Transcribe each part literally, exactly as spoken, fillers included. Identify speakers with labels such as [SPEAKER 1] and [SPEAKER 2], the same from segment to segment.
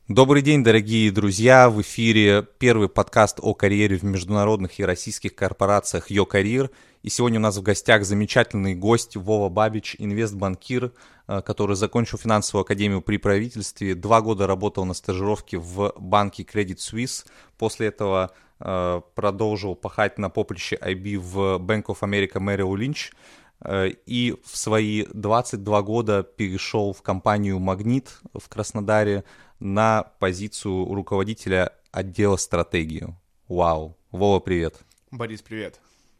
[SPEAKER 1] Добрый день, дорогие друзья! В эфире первый подкаст о карьере в международных и российских корпорациях Your Career. И сегодня у нас в гостях замечательный гость Вова Бабич, инвестбанкир, который закончил финансовую академию при правительстве, два года работал на стажировке в банке Credit Suisse, после этого продолжил пахать на поприще ай би в Bank of America Merrill Lynch, и в свои двадцать два года перешел в компанию «Магнит» в Краснодаре на позицию руководителя отдела стратегии. Вау. Вова, привет.
[SPEAKER 2] Борис, привет.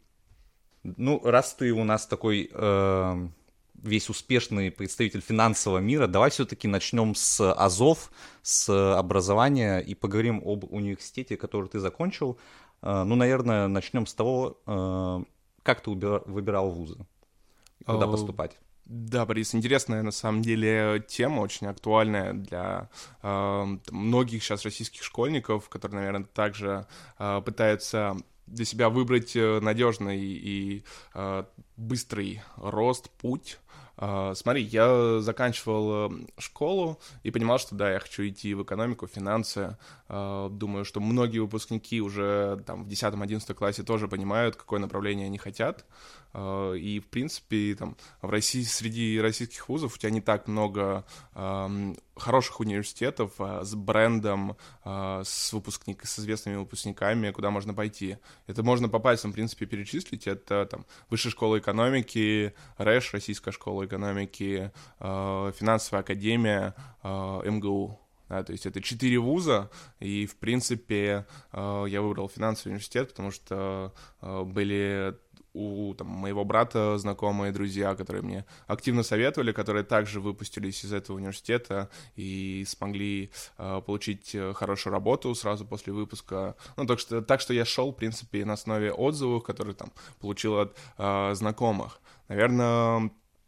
[SPEAKER 1] Ну, раз ты у нас такой э, весь успешный представитель финансового мира, давай все-таки начнем с АЗОВ, с образования и поговорим об университете, который ты закончил. Э, ну, наверное, начнем с того, э, как ты выбирал вузы, куда поступать.
[SPEAKER 2] Да, Борис, интересная на самом деле тема, очень актуальная для э, многих сейчас российских школьников, которые, наверное, также э, пытаются для себя выбрать надежный и э, быстрый рост, путь. Uh, смотри, я заканчивал школу и понимал, что да, я хочу идти в экономику, в финансы. Uh, думаю, что многие выпускники уже там в десятом-одиннадцатом классе тоже понимают, какое направление они хотят. Uh, и, в принципе, там, в России, среди российских вузов у тебя не так много uh, хороших университетов uh, с брендом, uh, с, выпускник, с известными выпускниками, куда можно пойти. Это можно по пальцам, в принципе, перечислить. Это там Высшая школа экономики, РЭШ, Российская школа экономики, э, финансовая академия, э, эм гэ у. Да, то есть это четыре вуза, и, в принципе, э, я выбрал финансовый университет, потому что э, были у там, моего брата знакомые друзья, которые мне активно советовали, которые также выпустились из этого университета и смогли э, получить хорошую работу сразу после выпуска. Ну, так что, так что я шел, в принципе, на основе отзывов, которые там получил от э, знакомых. Наверное,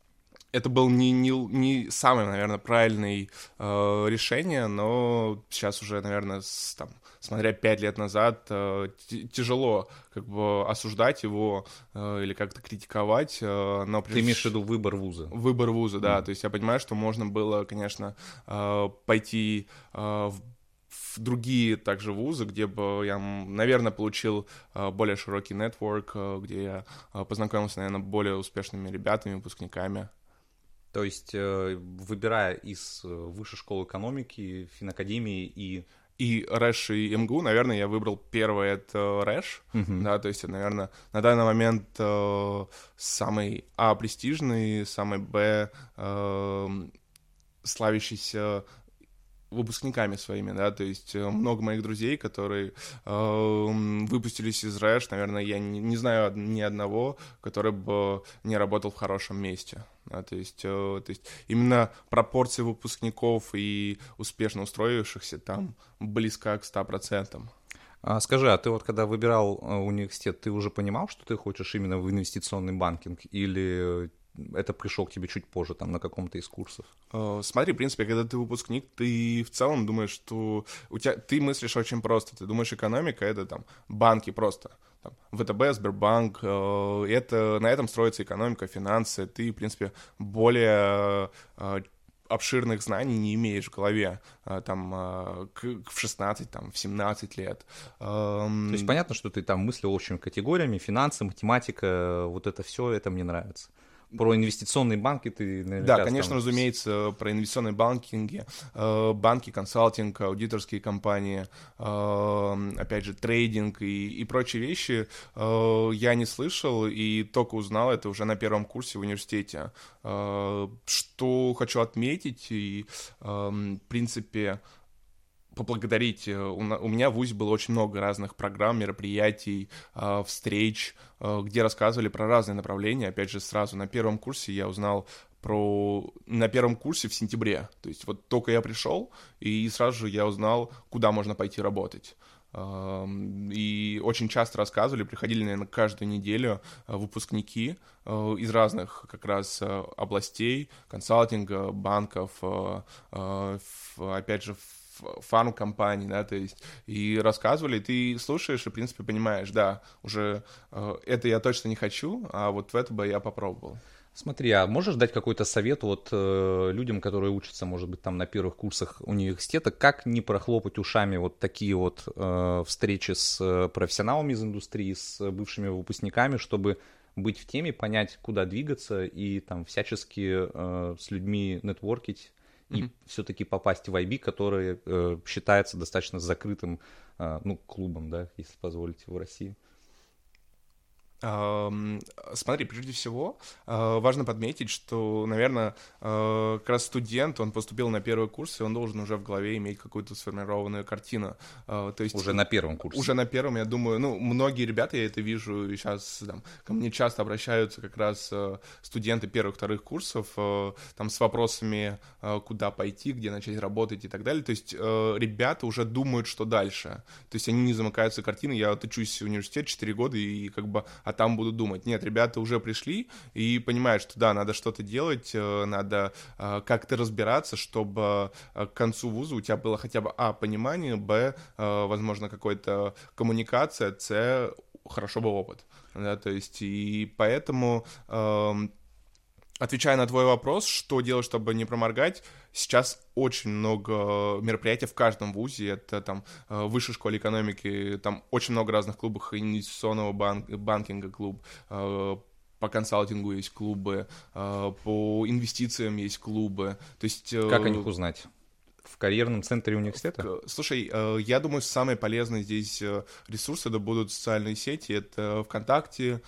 [SPEAKER 2] это был не, не, не самое, наверное, правильное э, решение, но сейчас уже, наверное, с, там, смотря пять лет назад, э, т- тяжело как бы осуждать его э, или как-то критиковать. Э, но
[SPEAKER 1] прежде... Ты имеешь в виду выбор вуза?
[SPEAKER 2] Выбор вуза, да. Mm. То есть я понимаю, что можно было, конечно, э, пойти э, в в другие также вузы, где бы я, наверное, получил uh, более широкий нетворк, uh, где я uh, познакомился, наверное, более успешными ребятами, выпускниками.
[SPEAKER 1] То есть, выбирая из Высшей школы экономики, финакадемии и...
[SPEAKER 2] И РЭШ, и эм гэ у, наверное, я выбрал первое, это РЭШ, uh-huh. да, то есть, наверное, на данный момент э, самый А престижный, самый Б э, славящийся выпускниками своими, да, то есть много моих друзей, которые э, выпустились из РЭШ, наверное, я не, не знаю ни одного, который бы не работал в хорошем месте. Да, то есть, э, то есть именно пропорция выпускников и успешно устроившихся там близка к ста процентам.
[SPEAKER 1] А скажи, а ты вот когда выбирал университет, ты уже понимал, что ты хочешь именно в инвестиционный банкинг, или это пришло к тебе чуть позже, там, на каком-то из курсов?
[SPEAKER 2] Uh, смотри, в принципе, когда ты выпускник, ты в целом думаешь, что у тебя, ты мыслишь очень просто. Ты думаешь, экономика — это там банки просто. Там, вэ тэ бэ, Сбербанк, uh, это, на этом строится экономика, финансы. Ты, в принципе, более uh, обширных знаний не имеешь в голове uh, там, uh, к, в шестнадцать, там, в семнадцать лет.
[SPEAKER 1] Um... То есть понятно, что ты там мыслил общими категориями, финансы, математика, вот это все, это мне нравится. Про инвестиционные банки ты наверняка...
[SPEAKER 2] Да, конечно, там... разумеется, про инвестиционные банкинги, банки, консалтинг, аудиторские компании, опять же, трейдинг и, и прочие вещи я не слышал и только узнал это уже на первом курсе в университете. Что хочу отметить, и, в принципе... поблагодарить. У меня в ВУЗе было очень много разных программ, мероприятий, встреч, где рассказывали про разные направления. Опять же, сразу на первом курсе я узнал про... На первом курсе в сентябре. То есть вот только я пришел, и сразу же я узнал, куда можно пойти работать. И очень часто рассказывали, приходили, наверное, каждую неделю выпускники из разных как раз областей, консалтинга, банков, опять же, фарм-компаний, да, то есть, и рассказывали, ты слушаешь и, в принципе, понимаешь, да, уже э, это я точно не хочу, а вот в это бы я попробовал.
[SPEAKER 1] Смотри, а можешь дать какой-то совет вот э, людям, которые учатся, может быть, там на первых курсах университета, как не прохлопать ушами вот такие вот э, встречи с э, профессионалами из индустрии, с бывшими выпускниками, чтобы быть в теме, понять, куда двигаться и там всячески э, с людьми нетворкить и
[SPEAKER 2] Мгм.
[SPEAKER 1] все-таки попасть в ай би, который э, считается достаточно закрытым, э, ну, клубом, да, если позволите, в России.
[SPEAKER 2] Ам, Смотри, прежде всего, а, важно подметить, что, наверное, а, как раз студент, он поступил на первый курс, и он должен уже в голове иметь какую-то сформированную картину. А, То есть
[SPEAKER 1] Уже на первом курсе.
[SPEAKER 2] уже на первом, я думаю, ну, многие ребята, я это вижу, и сейчас там, ко мне часто обращаются как раз э, студенты первых-вторых курсов, э, там, с вопросами, э, куда пойти, где начать работать и так далее. То есть э, ребята уже думают, что дальше. То есть они не замыкаются картиной. Я вот учусь в университете четыре года, и как бы, а там буду думать. Нет, ребята уже пришли и понимают, что да, надо что-то делать, э, надо э, как-то разбираться, чтобы э, к концу вуза у тебя было хотя бы, а, понимание, б, э, возможно, какой-то коммуникация, це хорошо был опыт, да, то есть, и поэтому, эм, отвечая на твой вопрос, что делать, чтобы не проморгать, сейчас очень много мероприятий в каждом вузе, это там э, высшей школе экономики, там очень много разных клубов, инвестиционного банк, банкинга клуб, э, по консалтингу есть клубы, э, по инвестициям есть клубы, то есть... э,
[SPEAKER 1] Как о них узнать? В карьерном центре университета?
[SPEAKER 2] К- Слушай, э, я думаю, самые полезные здесь э, ресурсы это будут социальные сети. Это ВКонтакте,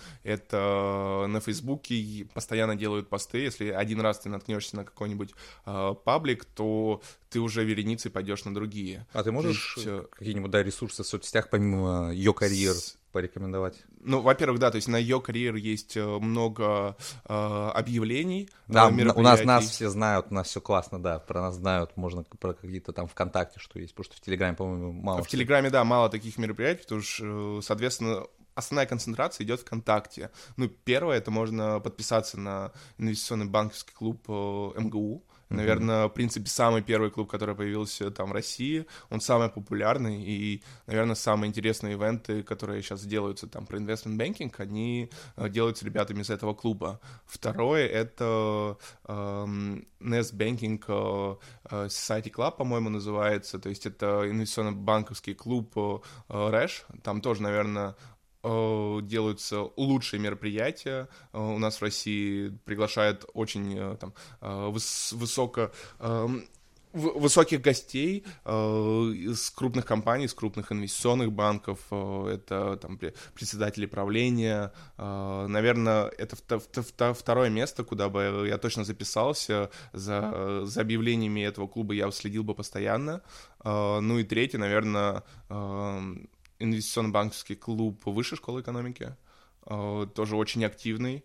[SPEAKER 2] это на Фейсбуке. И постоянно делают посты. Если один раз ты наткнешься на какой-нибудь э, паблик, то ты уже вереницей пойдешь на другие.
[SPEAKER 1] А ты можешь
[SPEAKER 2] То есть, э,
[SPEAKER 1] какие-нибудь, да, ресурсы в соцсетях помимо Your Career
[SPEAKER 2] с-
[SPEAKER 1] порекомендовать?
[SPEAKER 2] Ну, во-первых, да, то есть на Your Career есть э, много э, объявлений, э,
[SPEAKER 1] Да, м- у нас
[SPEAKER 2] мероприятий.
[SPEAKER 1] нас все знают, у нас все классно, да, про нас знают, можно к- про какие-то там ВКонтакте, что есть, потому что в Телеграме, по-моему, мало.
[SPEAKER 2] В
[SPEAKER 1] всего.
[SPEAKER 2] Телеграме, да, мало таких мероприятий, потому что, э, соответственно, основная концентрация идет ВКонтакте. Ну, первое, это можно подписаться на инвестиционный банковский клуб э, эм гэ у. Наверное, в принципе, самый первый клуб, который появился там в России, он самый популярный, и, наверное, самые интересные ивенты, которые сейчас делаются там про investment banking, они э, делаются ребятами из этого клуба. Второе — это эм, Nest Banking э, э, Society Club, по-моему, называется, то есть это инвестиционно-банковский клуб э, рэш, там тоже, наверное, э, делаются лучшие мероприятия. Э, У нас в России приглашают очень э, там, э, выс- высоко... эм, в- высоких гостей э, из крупных компаний, из крупных инвестиционных банков, э, это там пре- председатели правления. Э, наверное, это вто- вто- вто- второе место, куда бы я точно записался. За, за объявлениями этого клуба я следил бы постоянно. Э, ну и третье, наверное, э, инвестиционно-банковский клуб Высшей школы экономики. Э, тоже очень активный.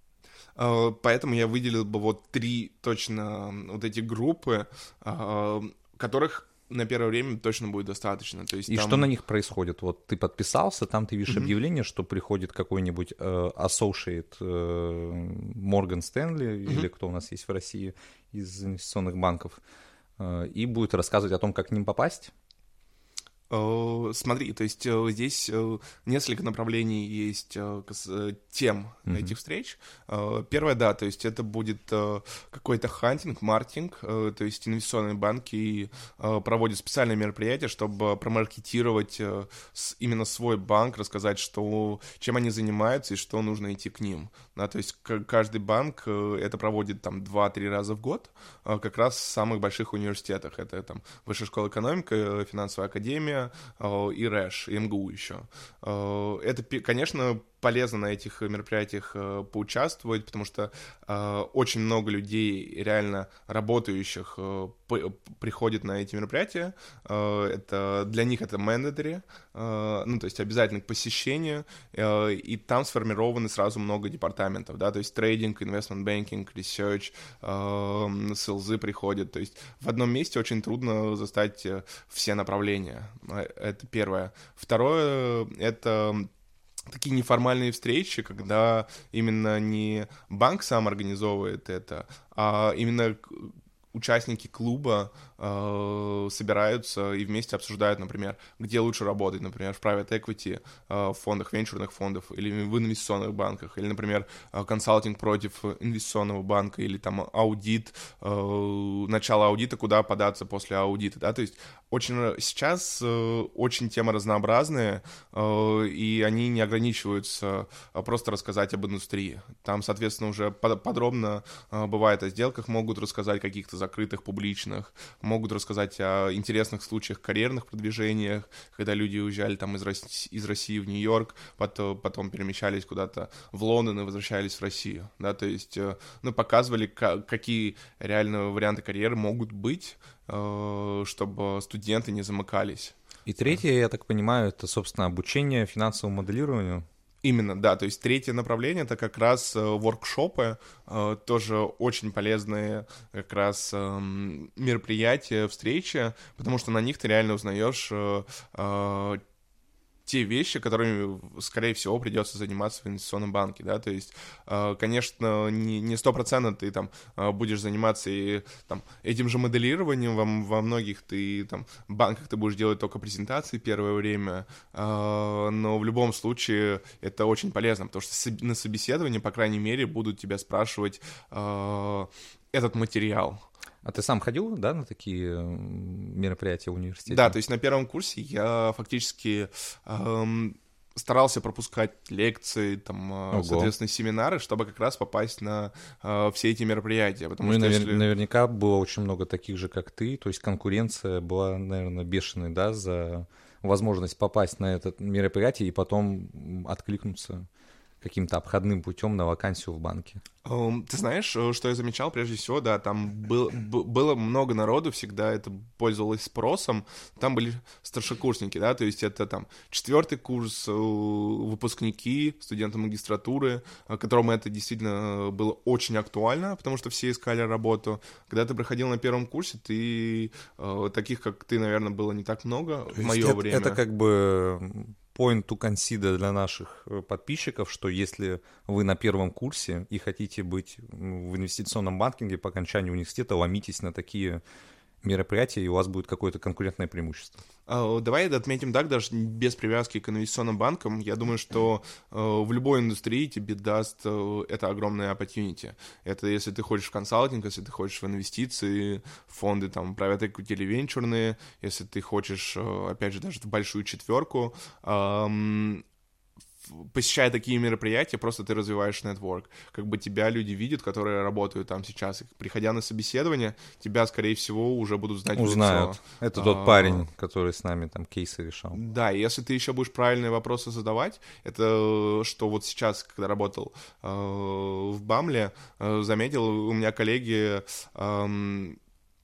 [SPEAKER 2] Э, Поэтому я выделил бы вот три точно м, вот эти группы, э, которых на первое время точно будет достаточно. То есть
[SPEAKER 1] И
[SPEAKER 2] там...
[SPEAKER 1] что на них происходит? Вот ты подписался, там ты видишь
[SPEAKER 2] Мгм.
[SPEAKER 1] объявление, что приходит какой-нибудь э, associate э, Morgan Stanley,
[SPEAKER 2] Мгм.
[SPEAKER 1] или кто у нас есть в России из инвестиционных банков, э, и будет рассказывать о том, как к ним попасть.
[SPEAKER 2] Э, Смотри, то есть э, здесь э, несколько направлений есть э, кас- э, тем
[SPEAKER 1] Мгм.
[SPEAKER 2] этих встреч. Э, Первое, да, то есть это будет э, какой-то хантинг, маркетинг, э, то есть инвестиционные банки э, проводят специальные мероприятия, чтобы промаркетировать э, с- именно свой банк, рассказать, что, чем они занимаются и что нужно идти к ним. Да, то есть к- каждый банк э, это проводит там два-три раза в год, э, как раз в самых больших университетах. Это там Высшая школа экономики, э, финансовая академия, э, и рэш, и эм гэ у еще. Э, Это, пи- конечно, полезно на этих мероприятиях э, поучаствовать, потому что э, очень много людей, реально работающих, э, п- приходит на эти мероприятия. Э, это, для них это mandatory, э, ну, то есть обязательно к посещению, э, и там сформированы сразу много департаментов, да, то есть трейдинг, investment banking, research, э, селзы приходят, то есть в одном месте очень трудно застать э, все направления. Э, Это первое. Второе — это такие неформальные встречи, когда именно не банк сам организовывает это, а именно к- участники клуба э, собираются и вместе обсуждают, например, где лучше работать, например, в private equity, э, в фондах, венчурных фондов, или в инвестиционных банках, или, например, консалтинг против инвестиционного банка, или там аудит, э, начало аудита, куда податься после аудита, да, то есть очень сейчас э, очень темы разнообразные, э, и они не ограничиваются э, просто рассказать об индустрии. Там, соответственно, уже под, подробно э, бывает о сделках, могут рассказать каких-то закрытых, публичных, могут рассказать о интересных случаях, карьерных продвижениях, когда люди уезжали там из России, из России в Нью-Йорк, потом, потом перемещались куда-то в Лондон и возвращались в Россию, да, то есть, э, ну, показывали, к- какие реально варианты карьеры могут быть, чтобы студенты не замыкались.
[SPEAKER 1] И третье, я так понимаю, это, собственно, обучение финансовому моделированию.
[SPEAKER 2] Именно, да, то есть третье направление — это как раз воркшопы, тоже очень полезные как раз мероприятия, встречи, потому что на них ты реально узнаешь те вещи, которыми, скорее всего, придется заниматься в инвестиционном банке, да, то есть, конечно, не сто процентов ты там будешь заниматься и там этим же моделированием, во, во многих ты там банках ты будешь делать только презентации первое время, но в любом случае это очень полезно, потому что на собеседовании, по крайней мере, будут тебя спрашивать этот материал.
[SPEAKER 1] А ты сам ходил, да, на такие мероприятия в университете?
[SPEAKER 2] Да, то есть на первом курсе я фактически эм, старался пропускать лекции, там, Ого. соответственно, семинары, чтобы как раз попасть на э, все эти мероприятия. Потому
[SPEAKER 1] ну
[SPEAKER 2] что
[SPEAKER 1] и навер-
[SPEAKER 2] если...
[SPEAKER 1] наверняка было очень много таких же, как ты, то есть конкуренция была, наверное, бешеной, да, за возможность попасть на это мероприятие и потом откликнуться каким-то обходным путем на вакансию в банке.
[SPEAKER 2] Um, ты знаешь, что я замечал прежде всего, да, там был, б- было много народу, всегда это пользовалось спросом, там были старшекурсники, да, то есть это там четвертый курс, выпускники, студенты магистратуры, которым это действительно было очень актуально, потому что все искали работу. Когда ты проходил на первом курсе, ты, таких как ты, наверное, было не так много в мое
[SPEAKER 1] это,
[SPEAKER 2] время.
[SPEAKER 1] Это как бы point to consider для наших подписчиков, что если вы на первом курсе и хотите быть в инвестиционном банкинге по окончании университета, ломитесь на такие мероприятия, и у вас будет какое-то конкурентное преимущество.
[SPEAKER 2] Давай отметим так, даже без привязки к инвестиционным банкам. Я думаю, что в любой индустрии тебе даст это огромное opportunity. Это если ты хочешь в консалтинг, если ты хочешь в инвестиции, фонды там private equity или венчурные, если ты хочешь, опять же, даже в большую четверку, посещая такие мероприятия, просто ты развиваешь нетворк. Как бы тебя люди видят, которые работают там сейчас. И приходя на собеседование, тебя, скорее всего, уже будут знать в лицо.
[SPEAKER 1] Узнают. Это тот а... парень, который с нами там кейсы решал.
[SPEAKER 2] Да, и если ты еще будешь правильные вопросы задавать, это что вот сейчас, когда работал э, в Бамле, э, заметил, у меня коллеги... Э,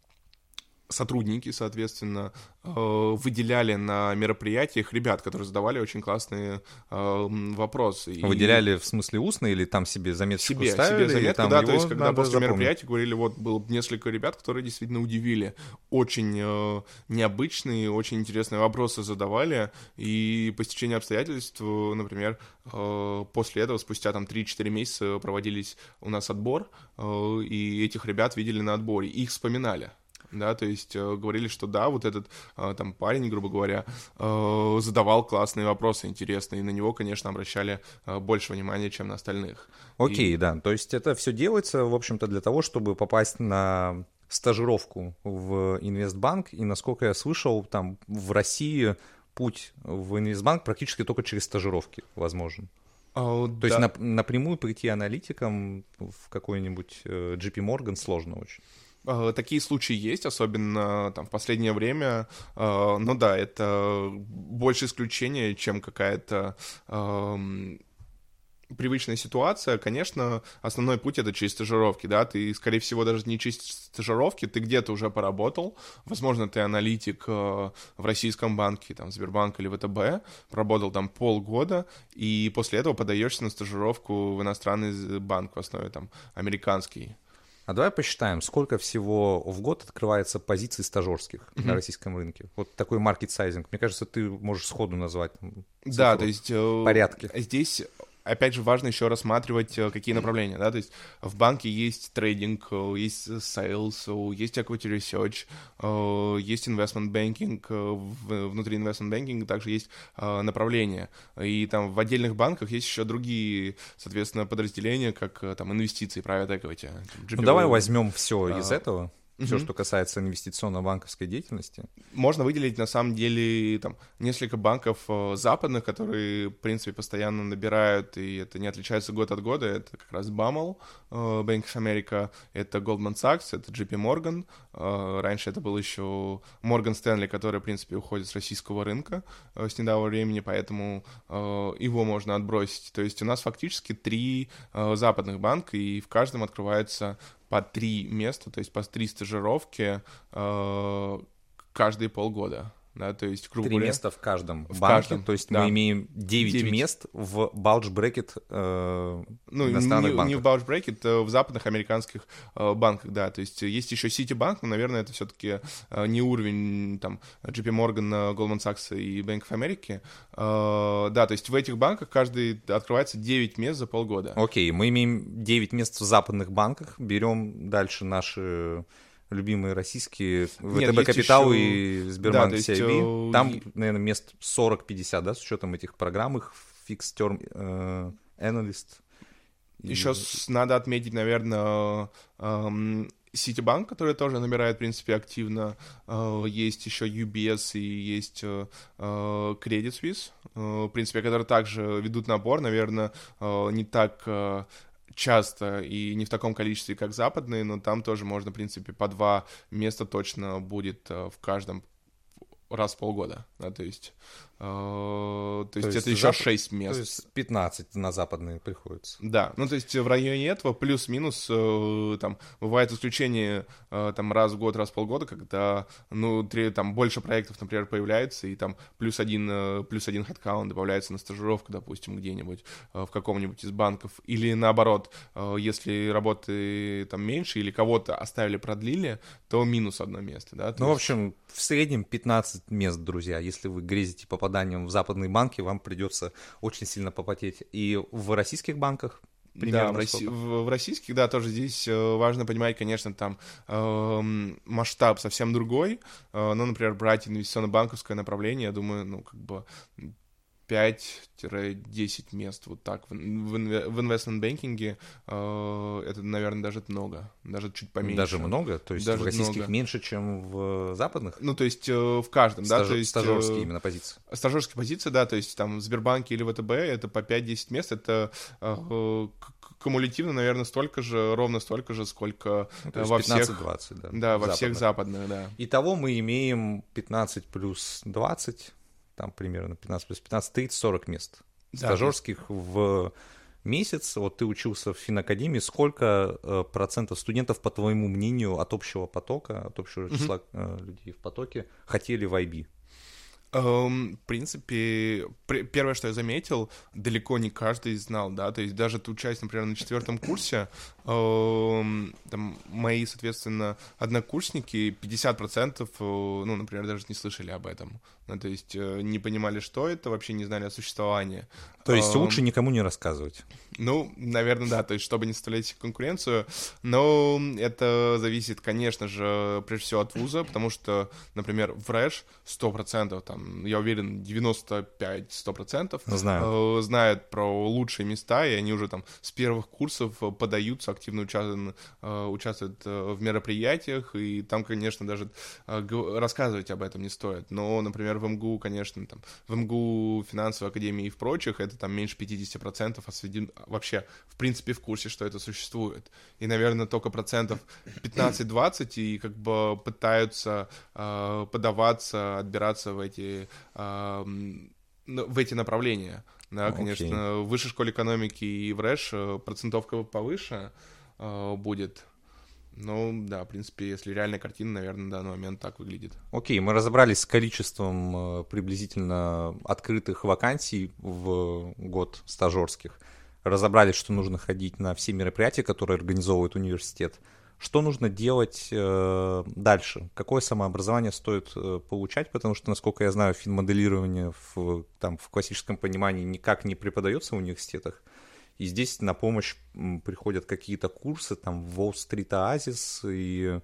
[SPEAKER 2] сотрудники, соответственно, выделяли на мероприятиях ребят, которые задавали очень классные вопросы.
[SPEAKER 1] Выделяли и... в смысле устно или там себе заметку
[SPEAKER 2] себе,
[SPEAKER 1] ставили?
[SPEAKER 2] Себе заметку, да, то есть когда после
[SPEAKER 1] запомнить.
[SPEAKER 2] мероприятия говорили, вот было несколько ребят, которые действительно удивили. Очень э, необычные, очень интересные вопросы задавали, и по стечению обстоятельств, например, э, после этого, спустя там три-четыре месяца проводились у нас отбор, э, и этих ребят видели на отборе, их вспоминали. Да, то есть э, говорили, что да, вот этот э, там парень, грубо говоря, э, задавал классные вопросы, интересные, и на него, конечно, обращали э, больше внимания, чем на остальных.
[SPEAKER 1] Окей,
[SPEAKER 2] и...
[SPEAKER 1] да, то есть это все делается, в общем-то, для того, чтобы попасть на стажировку в инвестбанк, и, насколько я слышал, там в России путь в инвестбанк практически только через стажировки возможен.
[SPEAKER 2] Oh,
[SPEAKER 1] то
[SPEAKER 2] да.
[SPEAKER 1] есть нап- напрямую прийти аналитиком в какой-нибудь э, джей пи Morgan сложно очень.
[SPEAKER 2] Такие случаи есть, особенно там в последнее время, но да, это больше исключение, чем какая-то э, привычная ситуация. Конечно, основной путь — это через стажировки, да, ты, скорее всего, даже не через стажировки, ты где-то уже поработал, возможно, ты аналитик э, в российском банке, там, Сбербанк или вэ тэ бэ, проработал там полгода, и после этого подаешься на стажировку в иностранный банк, в основе там американский.
[SPEAKER 1] А давай посчитаем, сколько всего в год открывается позиций стажерских mm-hmm. на российском рынке. Вот такой маркет-сайзинг. Мне кажется, ты можешь сходу назвать цифру,
[SPEAKER 2] да, то есть
[SPEAKER 1] порядки.
[SPEAKER 2] Здесь опять же, важно еще рассматривать, какие направления, да, то есть в банке есть трейдинг, есть sales, есть equity research, есть investment banking, внутри investment banking также есть направления, и там в отдельных банках есть еще другие, соответственно, подразделения, как там инвестиции, private equity.
[SPEAKER 1] Ну, давай возьмем все а... из этого. Все,
[SPEAKER 2] Мгм.
[SPEAKER 1] что касается инвестиционно-банковской деятельности.
[SPEAKER 2] Можно выделить, на самом деле, там, несколько банков э, западных, которые, в принципе, постоянно набирают, и это не отличается год от года. Это как раз бамл, э, Bank of America, это Goldman Sachs, это джей пи Morgan. Э, раньше это был еще Morgan Stanley, который, в принципе, уходит с российского рынка э, с недавнего времени, поэтому э, его можно отбросить. То есть у нас фактически три э, западных банка, и в каждом открывается по три места, то есть по три стажировки э, каждые полгода, да, то есть, грубо
[SPEAKER 1] Три
[SPEAKER 2] говоря,
[SPEAKER 1] места в каждом
[SPEAKER 2] в
[SPEAKER 1] банке,
[SPEAKER 2] каждом,
[SPEAKER 1] то есть
[SPEAKER 2] да.
[SPEAKER 1] мы имеем девять
[SPEAKER 2] Девять.
[SPEAKER 1] мест в bulge bracket э,
[SPEAKER 2] ну,
[SPEAKER 1] иностранных
[SPEAKER 2] не,
[SPEAKER 1] банках.
[SPEAKER 2] не в bulge bracket, а в западных американских э, банках, да, то есть есть еще Citibank, но, наверное, это все-таки э, не уровень, там, джей пи Morgan, Goldman Sachs и Bank of America, э, да, то есть в этих банках каждый открывается девять мест за полгода.
[SPEAKER 1] Окей, мы имеем девять мест в западных банках, берем дальше наши любимые российские
[SPEAKER 2] Нет,
[SPEAKER 1] ВТБ
[SPEAKER 2] есть
[SPEAKER 1] Капитал
[SPEAKER 2] еще-
[SPEAKER 1] и Сбербанк
[SPEAKER 2] да, то есть,
[SPEAKER 1] си ай би.
[SPEAKER 2] э,
[SPEAKER 1] Там,
[SPEAKER 2] и-
[SPEAKER 1] наверное, мест сорок-пятьдесят, да, с учетом этих программ, их Fixed Term э, Analyst. И-
[SPEAKER 2] Еще с- надо отметить, наверное, эм, Citibank, который тоже набирает, в принципе, активно. Э, Есть еще ю би эс и есть э, э, Credit Suisse, э, в принципе, которые также ведут набор, наверное, э, не так э, часто и не в таком количестве, как западные, но там тоже можно, в принципе, по два места точно будет э, в каждом раз в полгода, да, то есть, э, то есть
[SPEAKER 1] есть
[SPEAKER 2] это еще
[SPEAKER 1] зап-
[SPEAKER 2] шесть
[SPEAKER 1] То
[SPEAKER 2] мест.
[SPEAKER 1] есть пятнадцать на западные приходится.
[SPEAKER 2] Да, ну то есть в районе этого плюс-минус э, там бывает исключение э, там раз в год, раз в полгода, когда ну три, там больше проектов, например, появляется и там плюс один э, плюс один хедкаунт добавляется на стажировку, допустим, где-нибудь э, в каком-нибудь из банков, или наоборот, э, если работы там меньше или кого-то оставили, продлили, то минус одно место, да. то
[SPEAKER 1] Ну, в
[SPEAKER 2] есть-
[SPEAKER 1] общем, в среднем пятнадцать мест, друзья. Если вы грезите попаданием в западные банки, вам придется очень сильно попотеть. И в российских банках
[SPEAKER 2] Да,
[SPEAKER 1] примерно
[SPEAKER 2] в, Росси-
[SPEAKER 1] сколько?
[SPEAKER 2] в- в российских, да, тоже здесь э, важно понимать, конечно, там эм, масштаб совсем другой. Э, ну, например, брать инвестиционно-банковское направление, я думаю, ну, как бы пять-десять мест, вот так. В, в, инве- в инвестмент-бэнкинге э, это, наверное, даже много, даже чуть поменьше.
[SPEAKER 1] Даже много? То есть
[SPEAKER 2] Даже
[SPEAKER 1] в российских
[SPEAKER 2] много.
[SPEAKER 1] меньше, чем в западных?
[SPEAKER 2] Ну, то есть э, в каждом, да,
[SPEAKER 1] Стаж-
[SPEAKER 2] то есть...
[SPEAKER 1] Стажерские
[SPEAKER 2] э,
[SPEAKER 1] именно позиции.
[SPEAKER 2] Стажерские позиции, да, то есть там в Сбербанке или ВТБ это по пять-десять мест, это э, к- кумулятивно, наверное, столько же, ровно столько же, сколько
[SPEAKER 1] Ну, то
[SPEAKER 2] э,
[SPEAKER 1] есть
[SPEAKER 2] во всех,
[SPEAKER 1] пятнадцать-двадцать, да.
[SPEAKER 2] да, во всех
[SPEAKER 1] западных.
[SPEAKER 2] западных, да.
[SPEAKER 1] Итого мы имеем пятнадцать плюс двадцать, там примерно пятнадцать плюс пятнадцать, тридцать сорок мест.
[SPEAKER 2] Да,
[SPEAKER 1] Стажерских в месяц. Вот ты учился в финакадемии. Сколько э, процентов студентов, по твоему мнению, от общего потока, от общего числа э, людей в потоке хотели в ай би?
[SPEAKER 2] Эм, в принципе, пр- первое, что я заметил, далеко не каждый знал, да, то есть даже ты учась, например, на четвертом курсе, эм, там, мои, соответственно, однокурсники, пятьдесят процентов, э, ну, например, даже не слышали об этом, ну, то есть э, не понимали, что это, вообще не знали о существовании.
[SPEAKER 1] То есть
[SPEAKER 2] Эм,
[SPEAKER 1] лучше никому не рассказывать.
[SPEAKER 2] Ну, наверное, да, то есть, чтобы не составлять конкуренцию, но это зависит, конечно же, прежде всего от вуза, потому что, например, в РЭШ сто процентов, там, я уверен, девяносто пять - сто процентов
[SPEAKER 1] Знаю.
[SPEAKER 2] э, знают про лучшие места, и они уже там с первых курсов подаются, активно участвуют, э, участвуют э, в мероприятиях, и там, конечно, даже э, г- рассказывать об этом не стоит. Но, например, в МГУ, конечно, там, в МГУ, финансовой академии и в прочих, это там меньше пятьдесят процентов осведен- вообще, в принципе, в курсе, что это существует. И, наверное, только процентов пятнадцать-двадцать и как бы пытаются э, подаваться, отбираться в эти, э, м, ну, в эти направления. Да,
[SPEAKER 1] Окей.
[SPEAKER 2] конечно, в высшей школе экономики и в РЭШ э, процентовка повыше э, будет. Ну, да, в принципе, если реальная картина, наверное, на данный момент так выглядит.
[SPEAKER 1] Окей, мы разобрались с количеством э, приблизительно открытых вакансий в год стажерских. Разобрались, что нужно ходить на все мероприятия, которые организовывает университет. Что нужно делать э, дальше? Какое самообразование стоит э, получать? Потому что, насколько я знаю, финмоделирование в, там, в классическом понимании никак не преподается в университетах. И здесь на помощь приходят какие-то курсы, там, Wall Street Oasis и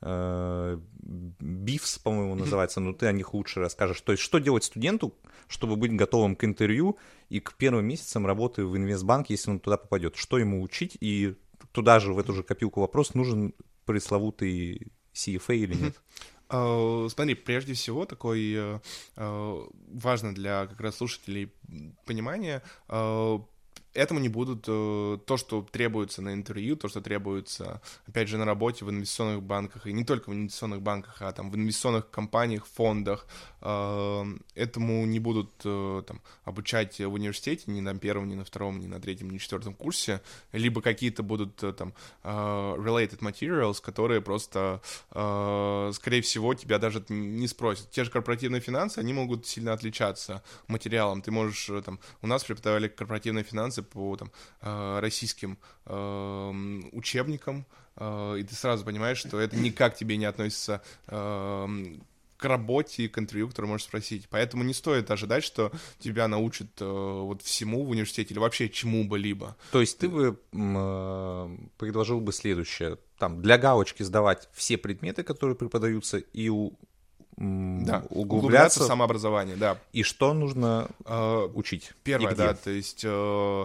[SPEAKER 1] э, бифс, по-моему, называется, но ты о них лучше расскажешь. То есть, что делать студенту, чтобы быть готовым к интервью и к первым месяцам работы в инвестбанке, если он туда попадет? Что ему учить? И туда же, в эту же копилку вопрос, нужен пресловутый си эф эй или нет?
[SPEAKER 2] Uh, смотри, прежде всего, такой uh, uh, важно для как раз слушателей понимания, uh, этому не будут э, то, что требуется на интервью, то, что требуется, опять же, на работе в инвестиционных банках, и не только в инвестиционных банках, а там в инвестиционных компаниях, фондах, э, этому не будут э, там, обучать в университете ни на первом, ни на втором, ни на третьем, ни на четвертом курсе, либо какие-то будут э, там э, related materials, которые просто, э, скорее всего, тебя даже не спросят. Те же корпоративные финансы, они могут сильно отличаться материалом. Ты можешь, там, у нас преподавали корпоративные финансы по там, российским э, учебникам, э, и ты сразу понимаешь, что это никак тебе не относится э, к работе и к интервью, которое можешь спросить. Поэтому не стоит ожидать, что тебя научат э, вот всему в университете или вообще чему-бы-либо.
[SPEAKER 1] То есть ты бы э, предложил бы следующее. Там, для галочки сдавать все предметы, которые преподаются, и у
[SPEAKER 2] Да,
[SPEAKER 1] углубляться.
[SPEAKER 2] углубляться в самообразование, да.
[SPEAKER 1] И что нужно э, учить?
[SPEAKER 2] Первое, да, то есть э,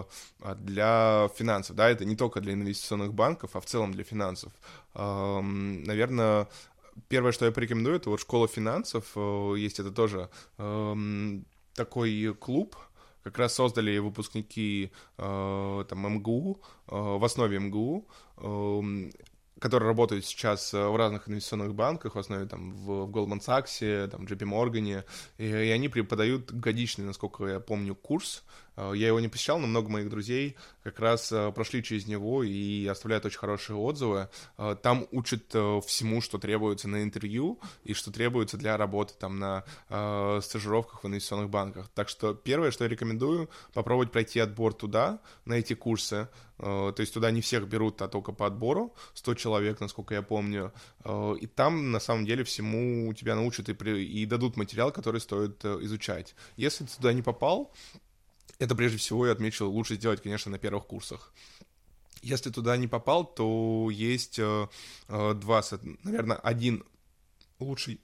[SPEAKER 2] для финансов, да, это не только для инвестиционных банков, а в целом для финансов. Э, наверное, первое, что я порекомендую, это вот школа финансов, э, есть это тоже э, такой клуб, как раз создали выпускники э, там эм гэ у, э, в основе эм гэ у, э, которые работают сейчас в разных инвестиционных банках, в основе там в Goldman Sachs, там, джей пи Morgan, и, и они преподают годичный, насколько я помню, курс. Я его не посещал, но много моих друзей как раз прошли через него и оставляют очень хорошие отзывы. Там учат всему, что требуется на интервью и что требуется для работы там на э, стажировках в инвестиционных банках. Так что первое, что я рекомендую, попробовать пройти отбор туда, на эти курсы. Э, то есть туда не всех берут, а только по отбору, сто человек, насколько я помню. Э, и там, на самом деле, всему тебя научат и, при, и дадут материал, который стоит э, изучать. Если ты туда не попал, это, прежде всего, я отмечу, лучше сделать, конечно, на первых курсах. Если туда не попал, то есть э, э, два, наверное, один лучший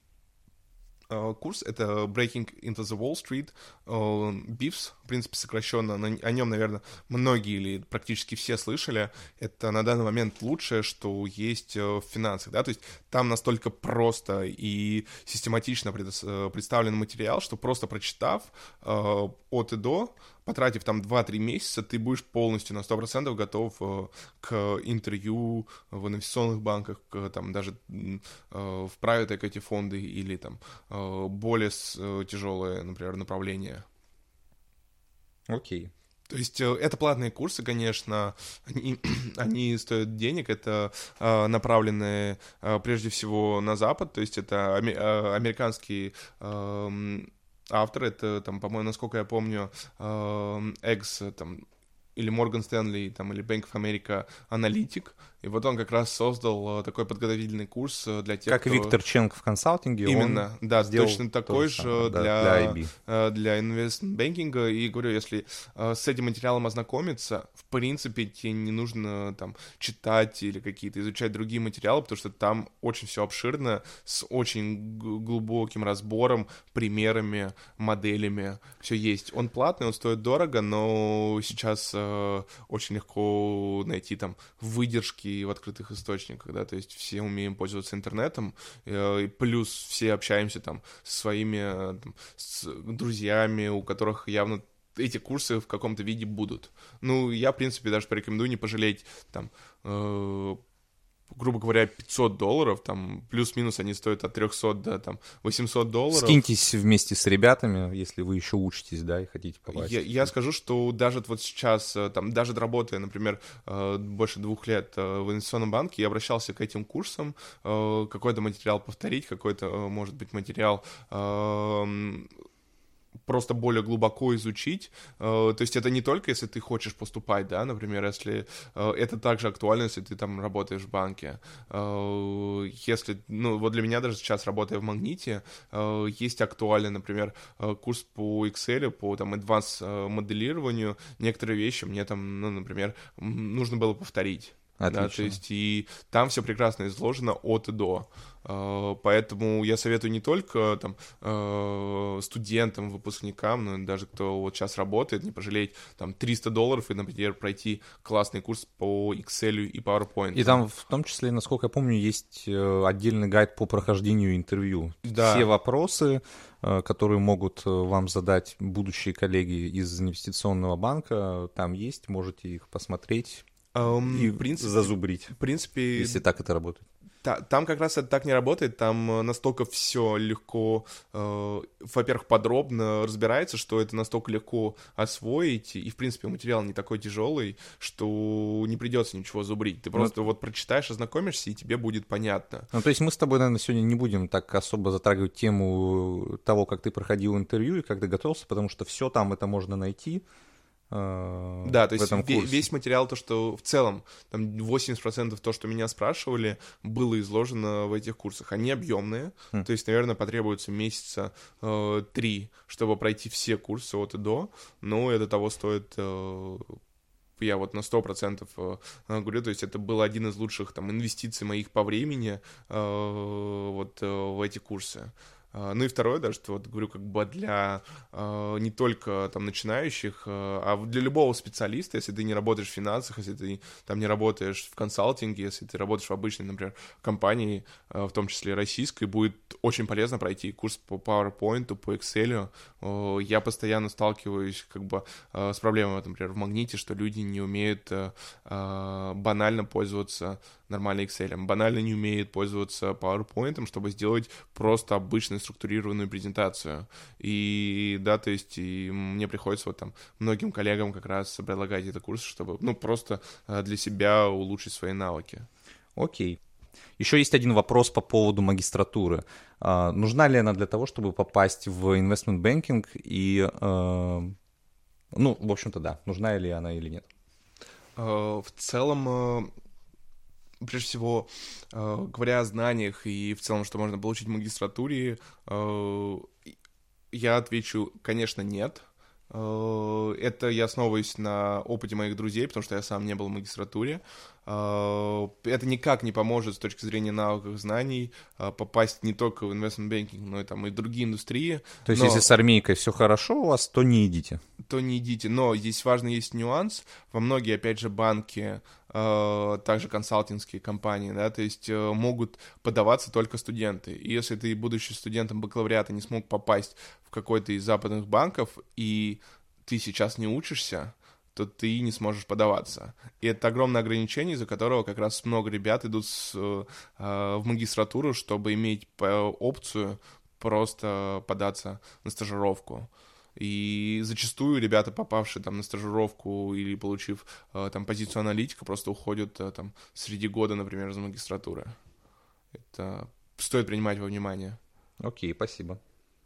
[SPEAKER 2] э, курс, это Breaking into the Wall Street, э, бифс, в принципе, сокращенно, на, о нем, наверное, многие или практически все слышали. Это на данный момент лучшее, что есть э, в финансах, да, то есть там настолько просто и систематично пред, э, представлен материал, что просто прочитав э, от и до, потратив там два-три месяца, ты будешь полностью на сто процентов готов э, к интервью в инвестиционных банках, к, там, даже э, в private equity фонды или там э, более э, тяжелые, например, направления.
[SPEAKER 1] Окей. Okay.
[SPEAKER 2] То есть э, это платные курсы, конечно, они, они стоят денег, это э, направленные э, прежде всего на Запад, то есть это ами- э, американские э, авторы, это, там, по-моему, насколько я помню, э, экс, там, или Morgan Stanley, там, или Bank of America аналитик, и вот он как раз создал такой подготовительный курс для тех,
[SPEAKER 1] как
[SPEAKER 2] кто...
[SPEAKER 1] Как Виктор Ченко в консалтинге.
[SPEAKER 2] Именно, он да, точно такой же
[SPEAKER 1] самое,
[SPEAKER 2] для,
[SPEAKER 1] да, для ай би.
[SPEAKER 2] Для инвестбанкинга, и говорю, если с этим материалом ознакомиться, в принципе, тебе не нужно там читать или какие-то изучать другие материалы, потому что там очень все обширно, с очень глубоким разбором, примерами, моделями, все есть. Он платный, он стоит дорого, но сейчас э, очень легко найти там выдержки в открытых источниках, да, то есть все умеем пользоваться интернетом, э, и плюс все общаемся там со своими там, с друзьями, у которых явно эти курсы в каком-то виде будут. Ну, я, в принципе, даже порекомендую не пожалеть там, э, грубо говоря, пятьсот долларов, там, плюс-минус они стоят от триста до, там, восемьсот долларов.
[SPEAKER 1] Скиньтесь вместе с ребятами, если вы еще учитесь, да, и хотите попасть.
[SPEAKER 2] Я, я скажу, что даже вот сейчас, там, даже работая, например, больше двух лет в инвестиционном банке, я обращался к этим курсам, какой-то материал повторить, какой-то, может быть, материал просто более глубоко изучить. То есть это не только если ты хочешь поступать, да, например, если это также актуально, если ты там работаешь в банке. Если, ну, вот для меня даже сейчас, работая в Магните, есть актуальный, например, курс по Excel, по там advanced моделированию. Некоторые вещи мне там, ну, например, нужно было повторить.
[SPEAKER 1] Отлично.
[SPEAKER 2] Да, то есть и там все прекрасно изложено от и до. Поэтому я советую не только там студентам, выпускникам, но даже кто вот сейчас работает, не пожалеть там триста долларов и, например, пройти классный курс по Excel и PowerPoint.
[SPEAKER 1] И там в том числе, насколько я помню, есть отдельный гайд по прохождению интервью.
[SPEAKER 2] Да.
[SPEAKER 1] Все вопросы, которые могут вам задать будущие коллеги из инвестиционного банка, там есть, можете их посмотреть.
[SPEAKER 2] Um,
[SPEAKER 1] и
[SPEAKER 2] в принципе,
[SPEAKER 1] зазубрить,
[SPEAKER 2] в принципе,
[SPEAKER 1] если так это работает.
[SPEAKER 2] Та, там как раз это так не работает, там настолько все легко, э, во-первых, подробно разбирается, что это настолько легко освоить, и, в принципе, материал не такой тяжелый, что не придется ничего зубрить. Ты просто ну, вот прочитаешь, ознакомишься, и тебе будет понятно.
[SPEAKER 1] Ну, то есть мы с тобой, наверное, сегодня не будем так особо затрагивать тему того, как ты проходил интервью и как ты готовился, потому что все там это можно найти.
[SPEAKER 2] Да, то есть весь, весь материал, то, что в целом, там восемьдесят процентов то, что меня спрашивали, было изложено в этих курсах. Они объемные, mm. то есть, наверное, потребуется месяца э, три, чтобы пройти все курсы от и до, но это того стоит... Э, я вот на сто процентов э, говорю, то есть это был один из лучших там инвестиций моих по времени э, вот э, в эти курсы. Ну и второе, да, что вот говорю, как бы для э, не только там начинающих, э, а для любого специалиста, если ты не работаешь в финансах, если ты там не работаешь в консалтинге, если ты работаешь в обычной, например, компании, э, в том числе российской, будет очень полезно пройти курс по PowerPoint, по Excel. Э, я постоянно сталкиваюсь как бы э, с проблемой, например, в Магните, что люди не умеют э, э, банально пользоваться нормально Excel, банально не умеют пользоваться PowerPoint, чтобы сделать просто обычную структурированную презентацию. И да, то есть и мне приходится вот там многим коллегам как раз предлагать этот курс, чтобы, ну, просто для себя улучшить свои навыки.
[SPEAKER 1] Окей. Еще есть один вопрос по поводу магистратуры. А, нужна ли она для того, чтобы попасть в investment banking? И, а, ну, в общем-то, да, нужна ли она или нет?
[SPEAKER 2] В целом, прежде всего, э, говоря о знаниях и в целом, что можно получить в магистратуре, э, я отвечу, конечно, нет. Э, это я основываюсь на опыте моих друзей, потому что я сам не был в магистратуре. Э, это никак не поможет с точки зрения навыков, знаний э, попасть не только в investment banking, но и, там, и в другие индустрии.
[SPEAKER 1] То есть,
[SPEAKER 2] но...
[SPEAKER 1] если с армейкой все хорошо у вас, то не идите?
[SPEAKER 2] То не идите. Но здесь важный есть нюанс. Во многие, опять же, банки, э, также консалтингские компании, да, то есть э, могут подаваться только студенты. И если ты, будучи студентом бакалавриата, не смог попасть в какой-то из западных банков, и ты сейчас не учишься, то ты не сможешь подаваться. И это огромное ограничение, из-за которого как раз много ребят идут с, э, в магистратуру, чтобы иметь опцию просто податься на стажировку. И зачастую ребята, попавшие там на стажировку или получив э, там позицию аналитика, просто уходят э, там среди года, например, из магистратуры. Это стоит принимать во внимание.
[SPEAKER 1] Окей, спасибо.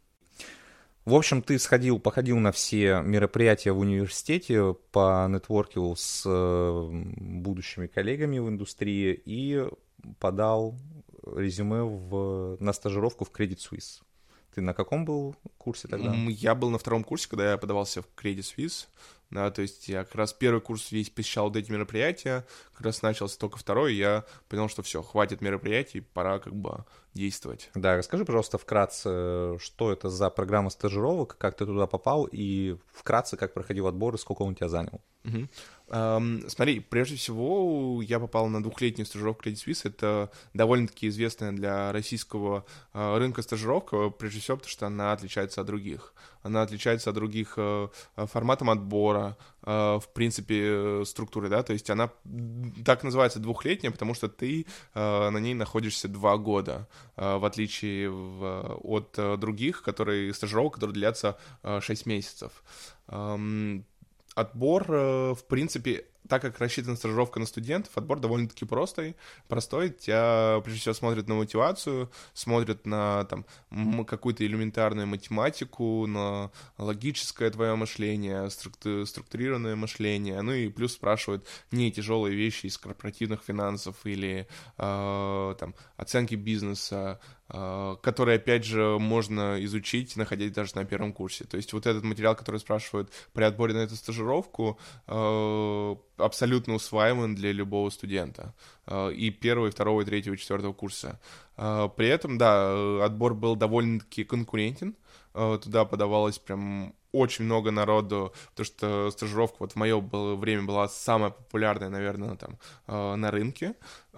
[SPEAKER 1] В общем, ты сходил, походил на все мероприятия в университете, понетворкил с будущими коллегами в индустрии и подал резюме в, на стажировку в Credit Suisse. Ты на каком был курсе тогда?
[SPEAKER 2] Я был на втором курсе, когда я подавался в Credit Suisse. Да, то есть я как раз первый курс весь посещал вот эти мероприятия, как раз начался только второй, и я понял, что все, хватит мероприятий, пора как бы действовать.
[SPEAKER 1] Да, расскажи, пожалуйста, вкратце, что это за программа стажировок, как ты туда попал, и вкратце, как проходил отбор, и сколько он тебя занял.
[SPEAKER 2] Угу. Um, смотри, прежде всего, я попал на двухлетнюю стажировку Credit Suisse. Это довольно-таки известная для российского uh, рынка стажировка, прежде всего, потому что она отличается от других. Она отличается от других uh, форматом отбора, uh, в принципе, структуры, да, то есть она так называется двухлетняя, потому что ты uh, на ней находишься два года, uh, в отличие в, от uh, других, которые стажировок, которые длятся uh, шесть месяцев. Um, Отбор, в принципе, так как рассчитана стажировка на студентов, отбор довольно-таки простой. Простой. Тебя, прежде всего, смотрят на мотивацию, смотрят на там, какую-то элементарную математику, на логическое твое мышление, структу- структурированное мышление. Ну и плюс спрашивают не тяжелые вещи из корпоративных финансов или э, там, оценки бизнеса, э, которые, опять же, можно изучить, находясь даже на первом курсе. То есть вот этот материал, который спрашивают при отборе на эту стажировку, э, абсолютно усваиваем для любого студента. И первого, и второго, и третьего, и четвертого курса. При этом, да, отбор был довольно-таки конкурентен. Туда подавалось прям очень много народу, потому что стажировка вот в мое было время была самая популярная, наверное, там на рынке.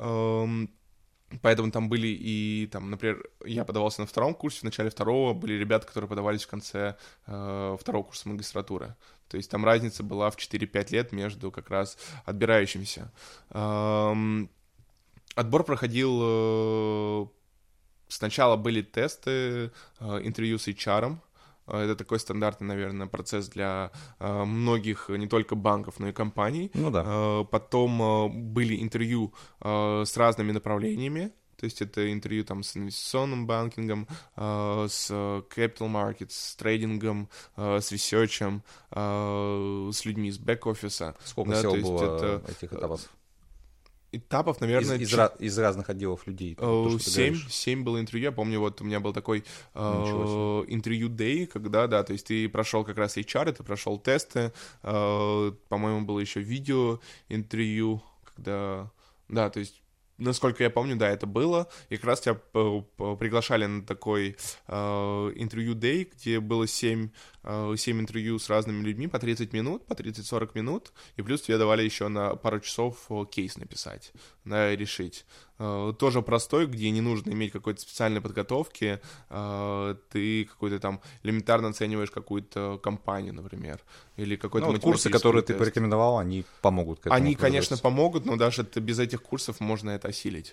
[SPEAKER 2] Поэтому там были и, там, например, я подавался на втором курсе, в начале второго были ребята, которые подавались в конце э, второго курса магистратуры. То есть там разница была в четыре-пять лет между как раз отбирающимися. Эм, отбор проходил... Э, сначала были тесты, э, интервью с эйч ар. Это такой стандартный, наверное, процесс для э, многих, не только банков, но и компаний.
[SPEAKER 1] Ну да.
[SPEAKER 2] Э, потом э, были интервью э, с разными направлениями. То есть это интервью там с инвестиционным банкингом, э, с capital markets, с трейдингом, э, с ресерчем, э, с людьми из бэк-офиса.
[SPEAKER 1] Сколько
[SPEAKER 2] да,
[SPEAKER 1] всего
[SPEAKER 2] то есть
[SPEAKER 1] было
[SPEAKER 2] это...
[SPEAKER 1] этих этапов?
[SPEAKER 2] Этапов, наверное...
[SPEAKER 1] Из, из,
[SPEAKER 2] ч...
[SPEAKER 1] ra- из разных отделов людей. То,
[SPEAKER 2] Семь, семь было интервью. Я помню, вот у меня был такой э, интервью-дэй, когда, да, то есть ты прошел как раз эйч ар, ты прошел тесты, э, по-моему, было еще видео-интервью, когда... Да, то есть насколько я помню, да, это было. И как раз тебя приглашали на такой э, интервью-дэй, где было семь, э, семь интервью с разными людьми по тридцать минут, по тридцать-сорок минут, и плюс тебе давали еще на пару часов кейс написать, да, решить. Э, тоже простой, где не нужно иметь какой-то специальной подготовки, э, ты какой-то там элементарно оцениваешь какую-то компанию, например, или какой-то
[SPEAKER 1] ну, вот курсы, которые тест. Ты порекомендовал, они помогут к этому.
[SPEAKER 2] Они, конечно, помогут, но даже без этих курсов можно это осилить.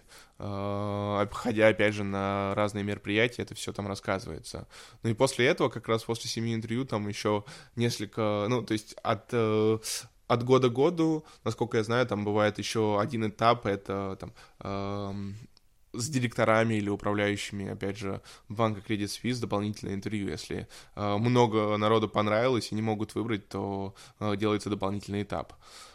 [SPEAKER 2] Ходя, опять же, на разные мероприятия, это все там рассказывается. Ну и после этого, как раз после семи интервью, там еще несколько, ну, то есть от, от года к году, насколько я знаю, там бывает еще один этап, это там... Эм, с директорами или управляющими, опять же, банка Credit Suisse дополнительное интервью. Если э, много народу понравилось и не могут выбрать, то э, делается дополнительный этап.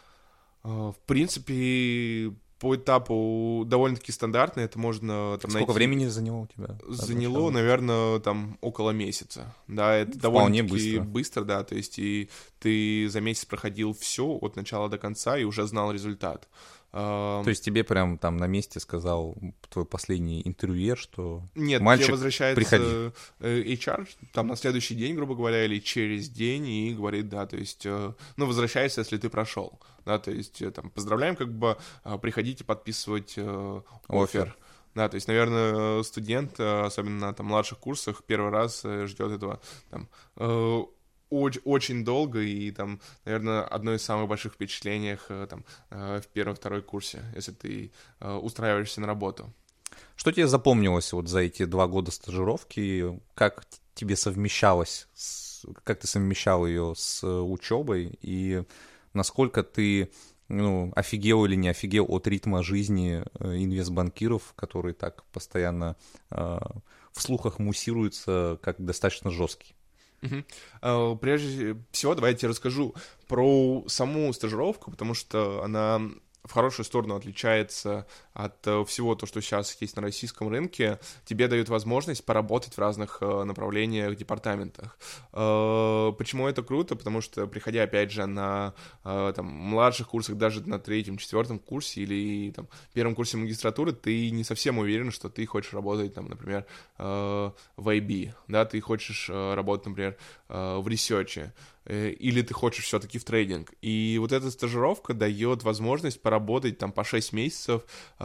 [SPEAKER 2] Э, в принципе, по этапу довольно-таки стандартно, это можно там,
[SPEAKER 1] Сколько
[SPEAKER 2] найти...
[SPEAKER 1] времени заняло у тебя?
[SPEAKER 2] Заняло, наверное, там около месяца. Да, это
[SPEAKER 1] вполне
[SPEAKER 2] довольно-таки
[SPEAKER 1] быстро.
[SPEAKER 2] быстро, да, то есть и ты за месяц проходил все от начала до конца и уже знал результат.
[SPEAKER 1] То есть тебе прям там на месте сказал твой последний интервьюер, что
[SPEAKER 2] нет,
[SPEAKER 1] мальчик,
[SPEAKER 2] тебе возвращается
[SPEAKER 1] приходи.
[SPEAKER 2] эйч ар там на следующий день, грубо говоря, или через день, и говорит, да, то есть, ну, возвращайся, если ты прошел, да, то есть, там, поздравляем, как бы, приходите подписывать оффер. Да, то есть, наверное, студент, особенно на там, младших курсах, первый раз ждет этого, там, Очень, очень долго, и там, наверное, одно из самых больших впечатлений там, в первом-второй курсе, если ты устраиваешься на работу.
[SPEAKER 1] Что тебе запомнилось вот за эти два года стажировки? Как тебе совмещалось, с, как ты совмещал ее с учебой, и насколько ты ну, офигел или не офигел от ритма жизни инвестбанкиров, которые так постоянно э, в слухах муссируются как достаточно жесткий?
[SPEAKER 2] Uh-huh. Uh, прежде всего, давай я тебе расскажу про саму стажировку, потому что она в хорошую сторону отличается от uh, всего того, что сейчас есть на российском рынке. Тебе дают возможность поработать в разных uh, направлениях, департаментах. Uh, почему это круто? Потому что, приходя, опять же, на uh, там, младших курсах, даже на третьем, четвертом курсе или там, первом курсе магистратуры, ты не совсем уверен, что ты хочешь работать, там, например, uh, в ай би, да, ты хочешь uh, работать, например, uh, в ресерче, или ты хочешь все-таки в трейдинг. И вот эта стажировка дает возможность поработать там по шесть месяцев э,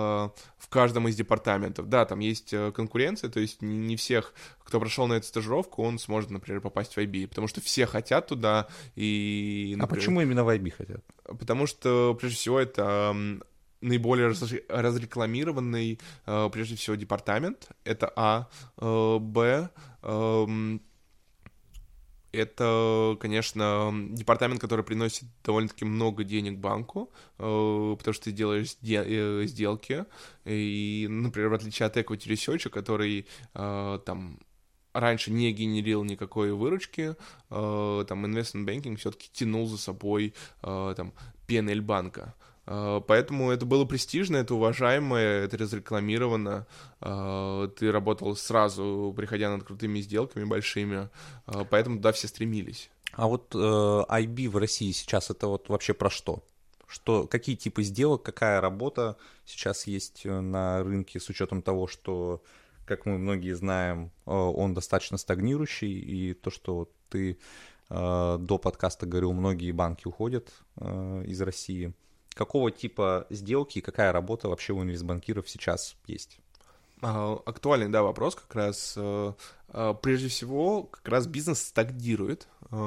[SPEAKER 2] в каждом из департаментов. Да, там есть конкуренция, то есть не всех, кто прошел на эту стажировку, он сможет, например, попасть в ай би, потому что все хотят туда. И,
[SPEAKER 1] например, а почему именно в ай би хотят?
[SPEAKER 2] Потому что, прежде всего, это наиболее разрекламированный, э, прежде всего, департамент. Это А, э, Б, э, Это, конечно, департамент, который приносит довольно-таки много денег банку, э, потому что ты делаешь сде- э, сделки, и, например, в отличие от equity research, который э, там раньше не генерил никакой выручки, э, там investment banking все-таки тянул за собой э, там пи эн эл банка. Uh, поэтому это было престижно, это уважаемо, это разрекламировано. Uh, ты работал сразу, приходя над крутыми сделками большими, uh, поэтому туда все стремились.
[SPEAKER 1] А вот э, ай би в России сейчас это вот вообще про что? Что, какие типы сделок, какая работа сейчас есть на рынке с учетом того, что, как мы многие знаем, он достаточно стагнирующий, и то, что ты э, до подкаста говорил, многие банки уходят э, из России. Какого типа сделки и какая работа вообще у инвестбанкиров сейчас есть?
[SPEAKER 2] Актуальный, да, вопрос как раз. Прежде всего, как раз бизнес стагнирует,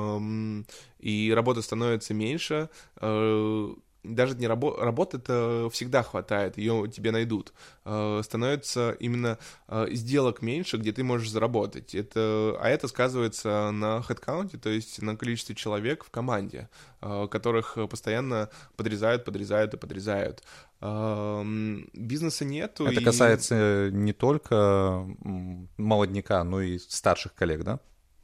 [SPEAKER 2] и работы становится меньше. Даже не рабо- работы-то всегда хватает, ее тебе найдут. Э, становится именно э, сделок меньше, где ты можешь заработать. Это, а это сказывается на хедкаунте, то есть на количестве человек в команде, э, которых постоянно подрезают, подрезают и подрезают. Э, бизнеса нету.
[SPEAKER 1] Это
[SPEAKER 2] и...
[SPEAKER 1] касается не только молодняка, но и старших коллег, да?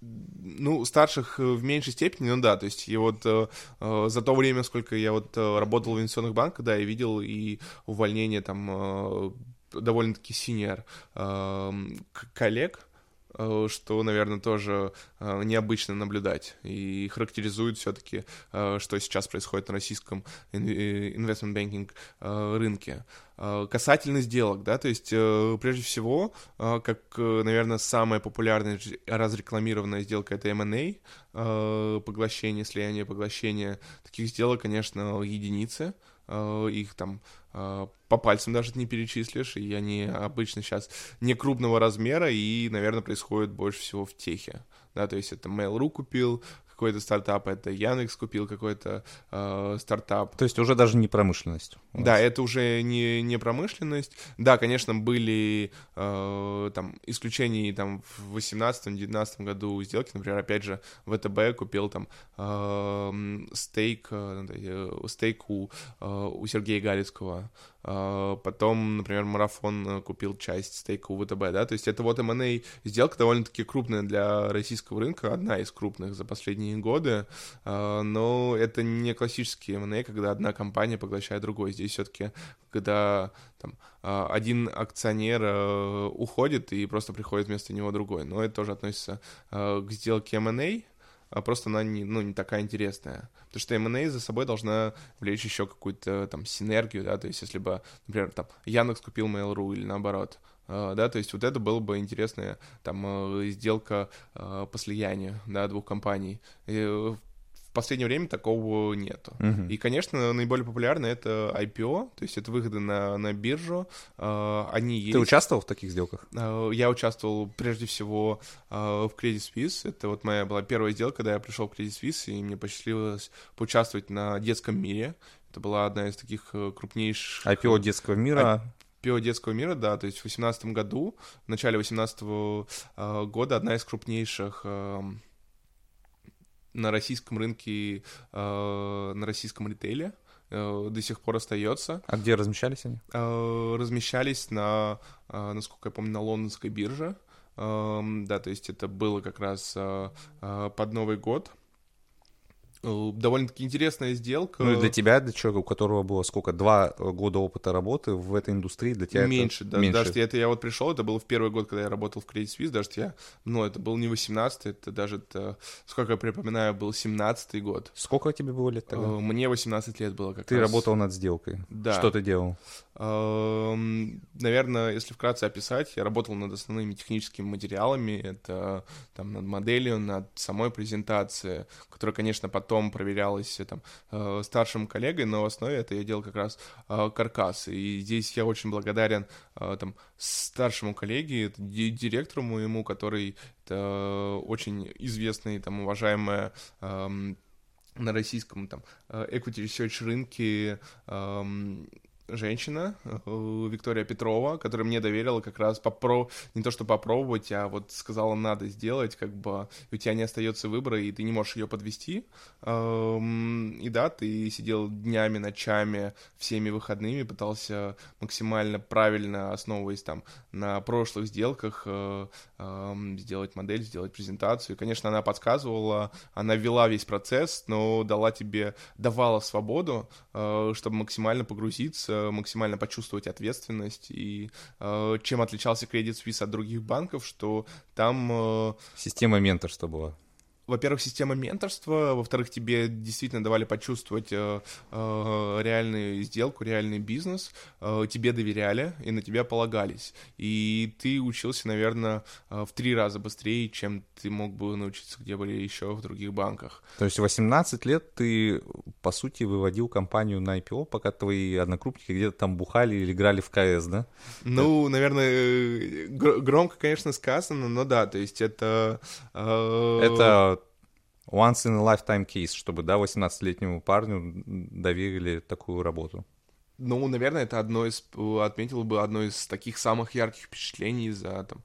[SPEAKER 2] Ну, старших в меньшей степени, ну да, то есть и вот э, за то время, сколько я вот э, работал в инвестиционных банках, да, я видел и увольнение там э, довольно-таки синьор э, коллег, э, что, наверное, тоже э, необычно наблюдать и характеризует все-таки, э, что сейчас происходит на российском investment banking э, рынке. Касательно сделок, да, то есть, э, прежде всего, э, как, э, наверное, самая популярная разрекламированная сделка — это эм энд эй, э, поглощение, слияние, поглощение. Таких сделок, конечно, единицы, э, их там э, по пальцам даже не перечислишь, и они обычно сейчас не крупного размера, и, наверное, происходит больше всего в техе, да, то есть это Mail.ru купил какой-то стартап, это Яндекс купил какой-то э, стартап.
[SPEAKER 1] То есть уже даже не промышленность.
[SPEAKER 2] Да, это уже не, не промышленность. Да, конечно, были э, там исключения там, в восемнадцатом-девятнадцатом году сделки. Например, опять же, вэ тэ бэ купил там э, стейк, э, стейк у, э, у Сергея Галицкого. Uh, потом, например, Марафон купил часть стейка у вэ тэ бэ, да, то есть это вот эм энд эй сделка довольно-таки крупная для российского рынка, одна из крупных за последние годы, uh, но это не классический эм энд эй, когда одна компания поглощает другой. Здесь все-таки, когда там, uh, один акционер uh, уходит и просто приходит вместо него другой, но это тоже относится uh, к сделке эм энд эй, а просто она не, ну, не такая интересная. Потому что эм энд эй за собой должна влечь еще какую-то там синергию, да, то есть если бы, например, там Яндекс купил Mail.ru или наоборот, uh, да, то есть вот это было бы интересная там uh, сделка uh, по слиянию, да, двух компаний. И, uh, в последнее время такого нету. Uh-huh. И, конечно, наиболее популярно это ай пи о, то есть это выходы на, на биржу. Uh, они есть.
[SPEAKER 1] Ты участвовал в таких сделках?
[SPEAKER 2] Uh, я участвовал прежде всего uh, в Credit Suisse. Это вот моя была первая сделка, когда я пришел в Credit Suisse, и мне посчастливилось поучаствовать на детском мире. Это была одна из таких крупнейших...
[SPEAKER 1] ай пи о детского мира...
[SPEAKER 2] ай пи о детского мира, да, то есть в восемнадцатом году, в начале восемнадцатого uh, года одна из крупнейших... Uh, на российском рынке, э, на российском ритейле э, до сих пор остается.
[SPEAKER 1] А где размещались они?
[SPEAKER 2] Э, размещались на, э, насколько я помню, на лондонской бирже. Э, да, то есть это было как раз э, э, под Новый год. Довольно-таки интересная сделка.
[SPEAKER 1] Ну и для тебя, для человека, у которого было сколько, два года опыта работы в этой индустрии, для тебя
[SPEAKER 2] меньше,
[SPEAKER 1] это
[SPEAKER 2] да,
[SPEAKER 1] меньше.
[SPEAKER 2] Даже это я вот пришел, это был в первый год, когда я работал в Credit Suisse, даже я, ну, это был не восемнадцатый, это даже, это, сколько я припоминаю, был семнадцатый год.
[SPEAKER 1] Сколько тебе было лет тогда?
[SPEAKER 2] Мне восемнадцать лет было как
[SPEAKER 1] Ты
[SPEAKER 2] раз.
[SPEAKER 1] Ты работал над сделкой.
[SPEAKER 2] Да.
[SPEAKER 1] Что ты делал?
[SPEAKER 2] Наверное, если вкратце описать, я работал над основными техническими материалами, это там над моделью, над самой презентацией, которая, конечно, потом проверялась там старшим коллегой, но в основе это я делал как раз каркас. И здесь я очень благодарен там старшему коллеге, директору моему, который это очень известный, там, уважаемая на российском там equity research рынке женщина, э, Виктория Петрова, которая мне доверила как раз попро... не то что попробовать, а вот сказала, надо сделать, как бы у тебя не остается выбора, и ты не можешь ее подвести. Эм, и да, ты сидел днями, ночами, всеми выходными, пытался максимально правильно, основываясь там на прошлых сделках, э, э, сделать модель, сделать презентацию. И, конечно, она подсказывала, она вела весь процесс, но дала тебе, давала свободу, э, чтобы максимально погрузиться, максимально почувствовать ответственность. И э, чем отличался Credit Suisse от других банков, что там... Э,
[SPEAKER 1] Система менторства была.
[SPEAKER 2] Во-первых, система менторства, во-вторых, тебе действительно давали почувствовать э, э, реальную сделку, реальный бизнес, э, тебе доверяли и на тебя полагались. И ты учился, наверное, э, в три раза быстрее, чем ты мог бы научиться где бы еще в других банках.
[SPEAKER 1] То есть в восемнадцать лет ты, по сути, выводил компанию на ай пи о, пока твои однокрупники где-то там бухали или играли в ка эс, да?
[SPEAKER 2] Ну, наверное, громко, конечно, сказано, но да, то есть это...
[SPEAKER 1] Э... Это once in a lifetime case, чтобы, да, восемнадцатилетнему парню доверили такую работу.
[SPEAKER 2] Ну, наверное, это одно из, отметил бы, одно из таких самых ярких впечатлений за, там,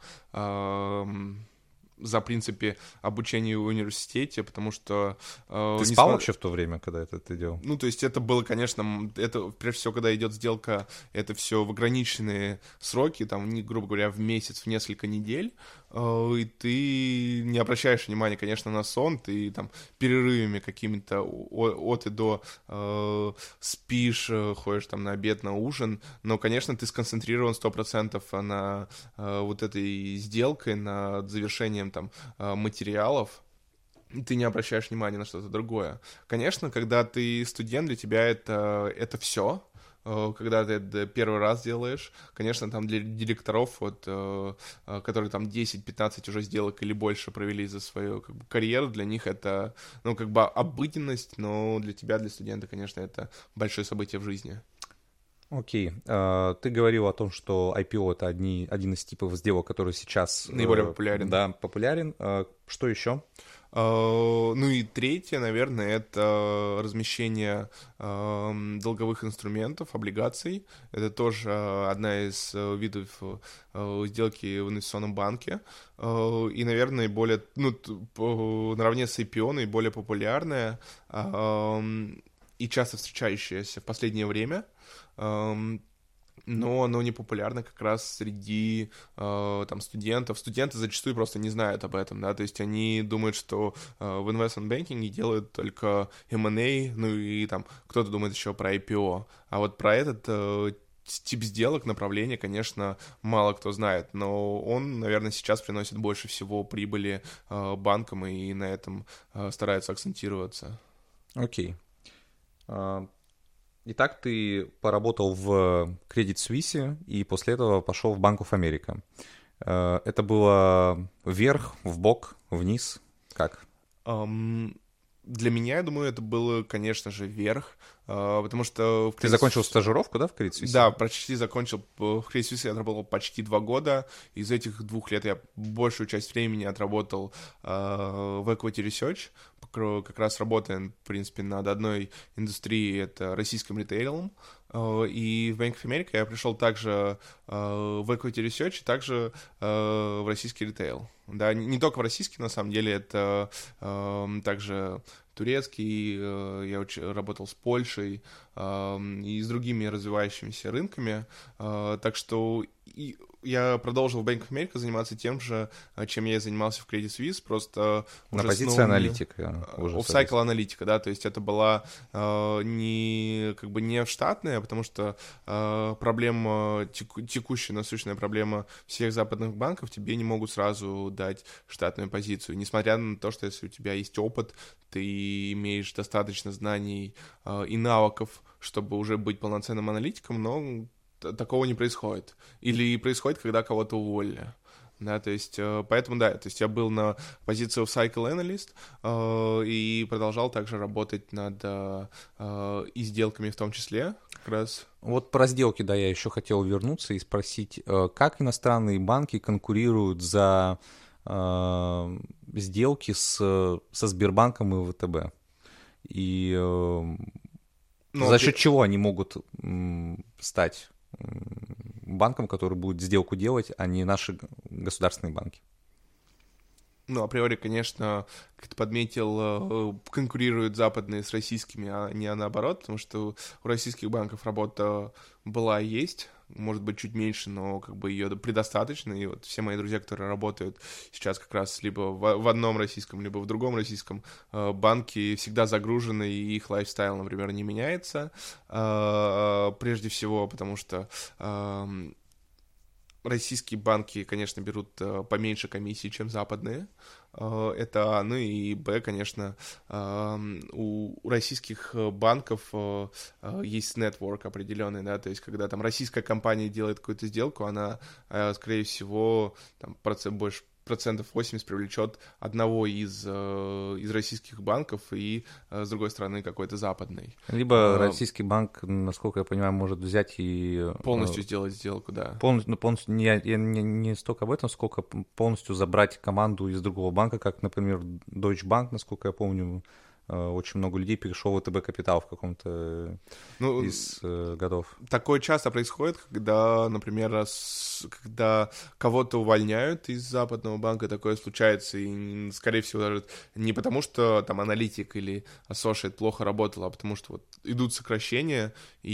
[SPEAKER 2] эм, за, в принципе, обучение в университете, потому что...
[SPEAKER 1] Э, Ты спал см... вообще в то время, когда это ты делал?
[SPEAKER 2] Ну, то есть это было, конечно, это, прежде всего, когда идет сделка, это все в ограниченные сроки, там, не, грубо говоря, в месяц, в несколько недель, э, и ты не обращаешь внимания, конечно, на сон, ты там перерывами какими-то от и до э, спишь, ходишь там на обед, на ужин, но, конечно, ты сконцентрирован сто процентов на э, вот этой сделкой, на завершением там материалов, ты не обращаешь внимания на что-то другое. Конечно, когда ты студент, для тебя это, это все. Когда ты это первый раз делаешь, конечно, там для директоров, вот, которые там десять-пятнадцать уже сделок или больше провели за свою как бы, карьеру, для них это, ну, как бы обыденность, но для тебя, для студента, конечно, это большое событие в жизни.
[SPEAKER 1] Окей. Okay. Uh, ты говорил о том, что ай пи о — это одни, один из типов сделок, который сейчас...
[SPEAKER 2] Наиболее uh, популярен.
[SPEAKER 1] Да, популярен. Uh, что еще?
[SPEAKER 2] Uh, ну и третье, наверное, это размещение uh, долговых инструментов, облигаций. Это тоже uh, одна из uh, видов uh, сделки в инвестиционном банке. Uh, и, наверное, более, ну, uh, наравне с ай пи о наиболее популярная uh, и часто встречающаяся в последнее время. Um, но оно не популярно как раз среди э, там, студентов. Студенты зачастую просто не знают об этом, да, то есть они думают, что э, в investment banking делают только эм энд эй, ну и там кто-то думает еще про ай пи о, а вот про этот э, тип сделок, направления, конечно, мало кто знает, но он, наверное, сейчас приносит больше всего прибыли э, банкам, и на этом э, стараются акцентироваться.
[SPEAKER 1] Окей. Okay. Uh... Итак, ты поработал в Credit Suisse и после этого пошел в Bank of America. Это было вверх, вбок, вниз? Как?
[SPEAKER 2] Um, для меня, я думаю, это было, конечно же, вверх, uh, потому что...
[SPEAKER 1] В Ты Credit... закончил стажировку, да, в Credit Suisse?
[SPEAKER 2] Да, почти закончил. В Credit Suisse я отработал почти два года. Из этих двух лет я большую часть времени отработал uh, в Equity Research, как раз работаем, в принципе, над одной индустрией, это российским ритейлом, и в Bank of America я пришел также в Equity Research, также в российский ритейл. Да, не только в российский, на самом деле, это также турецкий, я работал с Польшей и с другими развивающимися рынками, так что и я продолжил в Bank of America заниматься тем же, чем я и занимался в Credit Suisse, просто...
[SPEAKER 1] На позиции аналитика.
[SPEAKER 2] Off-cycle аналитика, да, то есть это была э, не, как бы не штатная, потому что э, проблема, теку, текущая насущная проблема всех западных банков, тебе не могут сразу дать штатную позицию, несмотря на то, что если у тебя есть опыт, ты имеешь достаточно знаний э, и навыков, чтобы уже быть полноценным аналитиком, но такого не происходит. Или происходит, когда кого-то уволили. Да, то есть, поэтому, да, то есть я был на позиции Off-cycle Analyst э, и продолжал также работать над э, и сделками в том числе, как раз.
[SPEAKER 1] Вот про сделки, да, я еще хотел вернуться и спросить, как иностранные банки конкурируют за э, сделки с, со Сбербанком и вэ тэ бэ? И... Э, Ну, За счет ты... чего они могут м, стать банком, который будет сделку делать, а не наши государственные банки?
[SPEAKER 2] Ну, априори, конечно, как ты подметил, конкурируют западные с российскими, а не наоборот, потому что у российских банков работа была и есть, может быть, чуть меньше, но как бы ее предостаточно, и вот все мои друзья, которые работают сейчас как раз либо в, в одном российском, либо в другом российском э, банке, всегда загружены, и их лайфстайл, например, не меняется, э, прежде всего, потому что э, российские банки, конечно, берут э, поменьше комиссии, чем западные. Э, это А. Ну и Б, конечно, э, у, у российских банков э, э, есть нетворк определенный, да, то есть когда там российская компания делает какую-то сделку, она, э, скорее всего, там, процент больше процентов восемьдесят привлечет одного из, э, из российских банков и, э, с другой стороны, какой-то западный.
[SPEAKER 1] Либо а, российский банк, насколько я понимаю, может взять и...
[SPEAKER 2] Полностью э, сделать сделку, да.
[SPEAKER 1] Полностью, ну, полностью не, я, не, не столько об этом, сколько полностью забрать команду из другого банка, как, например, Deutsche Bank, насколько я помню, очень много людей перешло в ВТБ Капитал в каком-то ну, из э, годов.
[SPEAKER 2] Такое часто происходит, когда, например, с, когда кого-то увольняют из западного банка, такое случается, и, скорее всего, даже не потому, что там аналитик или associate плохо работал, а потому что вот идут сокращения,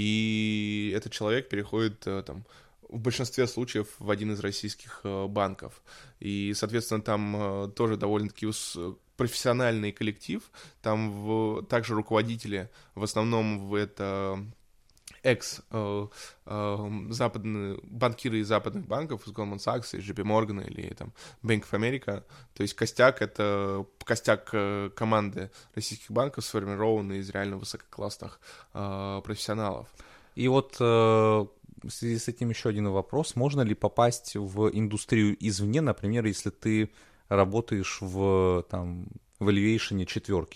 [SPEAKER 2] и этот человек переходит там в большинстве случаев в один из российских э, банков. И, соответственно, там э, тоже довольно-таки ус... профессиональный коллектив, там в... также руководители, в основном в это экс э, э, западные банкиры из западных банков, из Goldman Sachs, из джей пи Morgan или там Bank of America. То есть костяк — это костяк э, команды российских банков, сформированный из реально высококлассных э, профессионалов.
[SPEAKER 1] И вот э... в связи с этим еще один вопрос. Можно ли попасть в индустрию извне, например, если ты работаешь в там, valuation четверки?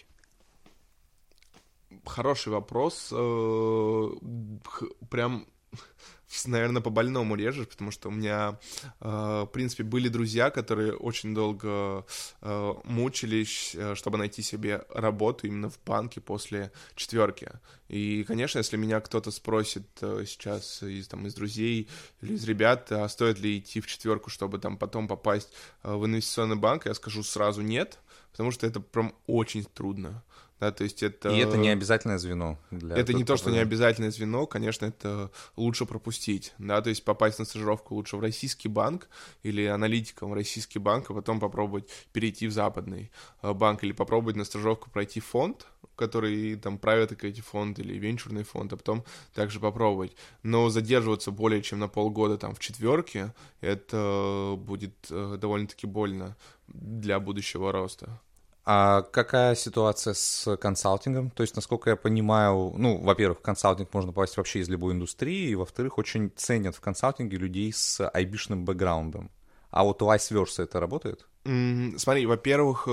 [SPEAKER 2] Хороший вопрос. Прям, наверное, по-больному режешь, потому что у меня, в принципе, были друзья, которые очень долго мучились, чтобы найти себе работу именно в банке после четверки. И, конечно, если меня кто-то спросит сейчас из, там, из друзей или из ребят, а стоит ли идти в четверку, чтобы там потом попасть в инвестиционный банк, я скажу сразу нет, потому что это прям очень трудно. Да, то есть это...
[SPEAKER 1] И это не обязательное звено. Для
[SPEAKER 2] это не то, что не обязательное звено, конечно, это лучше пропустить, да, то есть попасть на стажировку лучше в российский банк или аналитиком в российский банк, а потом попробовать перейти в западный банк или попробовать на стажировку пройти фонд, который там private equity фонд или венчурный фонд, а потом также попробовать. Но задерживаться более чем на полгода там в четверке, это будет довольно-таки больно для будущего роста.
[SPEAKER 1] А какая ситуация с консалтингом? То есть, насколько я понимаю, ну, во-первых, в консалтинг можно попасть вообще из любой индустрии, и, во-вторых, очень ценят в консалтинге людей с айбишным бэкграундом. А вот vice versa это работает?
[SPEAKER 2] Mm, смотри, во-первых,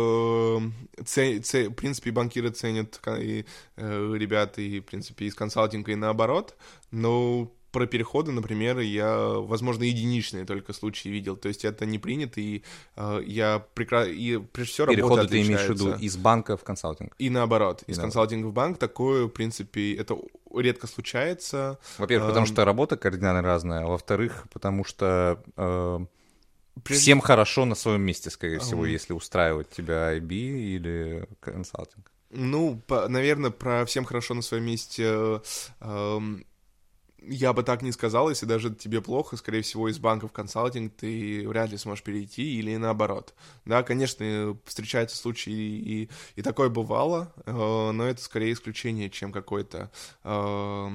[SPEAKER 2] ц- ц- в принципе, банкиры ценят и, э, ребят, и, в принципе, из консалтинга, и наоборот, но про переходы, например, я, возможно, единичные только случаи видел, то есть это не принято, и э, я прекрасно, и прежде всего
[SPEAKER 1] работа
[SPEAKER 2] работа отличается.
[SPEAKER 1] Переходы ты имеешь в виду из банка в консалтинг?
[SPEAKER 2] И наоборот,
[SPEAKER 1] и
[SPEAKER 2] из
[SPEAKER 1] наоборот.
[SPEAKER 2] консалтинга в банк такое, в принципе, это редко случается.
[SPEAKER 1] Во-первых, потому что работа кардинально разная, а во-вторых, потому что э, Прежде... всем хорошо на своем месте, скорее всего, um... если устраивать тебя ай би или консалтинг.
[SPEAKER 2] Ну, по, наверное, про всем хорошо на своем месте... Э, э, я бы так не сказал, если даже тебе плохо, скорее всего, из банка в консалтинг ты вряд ли сможешь перейти, или наоборот. Да, конечно, встречаются случаи, и, и такое бывало, э, но это скорее исключение, чем какой-то э,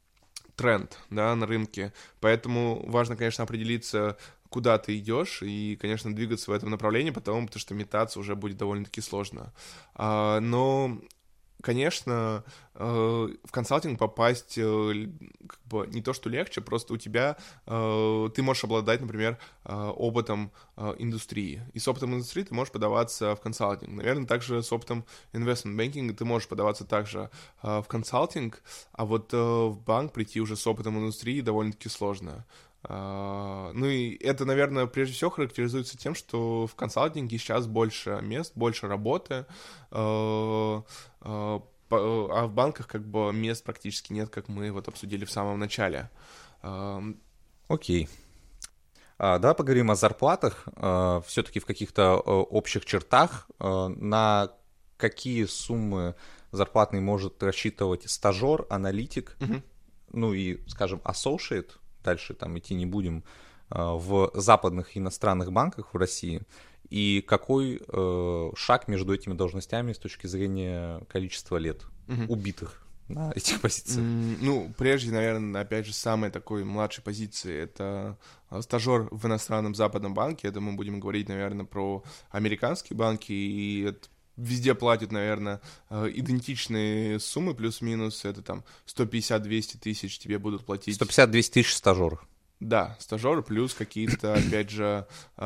[SPEAKER 2] тренд, да, на рынке. Поэтому важно, конечно, определиться, куда ты идешь, и, конечно, двигаться в этом направлении, потому, потому что метаться уже будет довольно-таки сложно. А, но... Конечно, в консалтинг попасть как бы не то, что легче, просто у тебя ты можешь обладать, например, опытом индустрии. И с опытом индустрии ты можешь подаваться в консалтинг. Наверное, также с опытом investment banking ты можешь подаваться также в консалтинг, а вот в банк прийти уже с опытом индустрии довольно-таки сложно. Uh, ну и это, наверное, прежде всего характеризуется тем, что в консалтинге сейчас больше мест, больше работы, uh, uh, а в банках как бы мест практически нет, как мы вот обсудили в самом начале.
[SPEAKER 1] Окей. А, давай поговорим о зарплатах. А, все-таки в каких-то общих чертах. А, на какие суммы зарплатные может рассчитывать стажер, аналитик,
[SPEAKER 2] Угу.
[SPEAKER 1] ну и, скажем, associate, дальше там идти не будем, в западных иностранных банках в России, и какой э, шаг между этими должностями с точки зрения количества лет
[SPEAKER 2] Угу.
[SPEAKER 1] убитых на этих позициях?
[SPEAKER 2] Mm, ну, прежде, наверное, опять же, самой такой младшей позиции — это стажер в иностранном западном банке. Это мы будем говорить, наверное, про американские банки, и это везде платят, наверное, идентичные суммы плюс-минус. Это там сто пятьдесят - двести тысяч тебе будут платить.
[SPEAKER 1] сто пятьдесят - двести тысяч стажеров.
[SPEAKER 2] Да, стажеры плюс какие-то, опять же,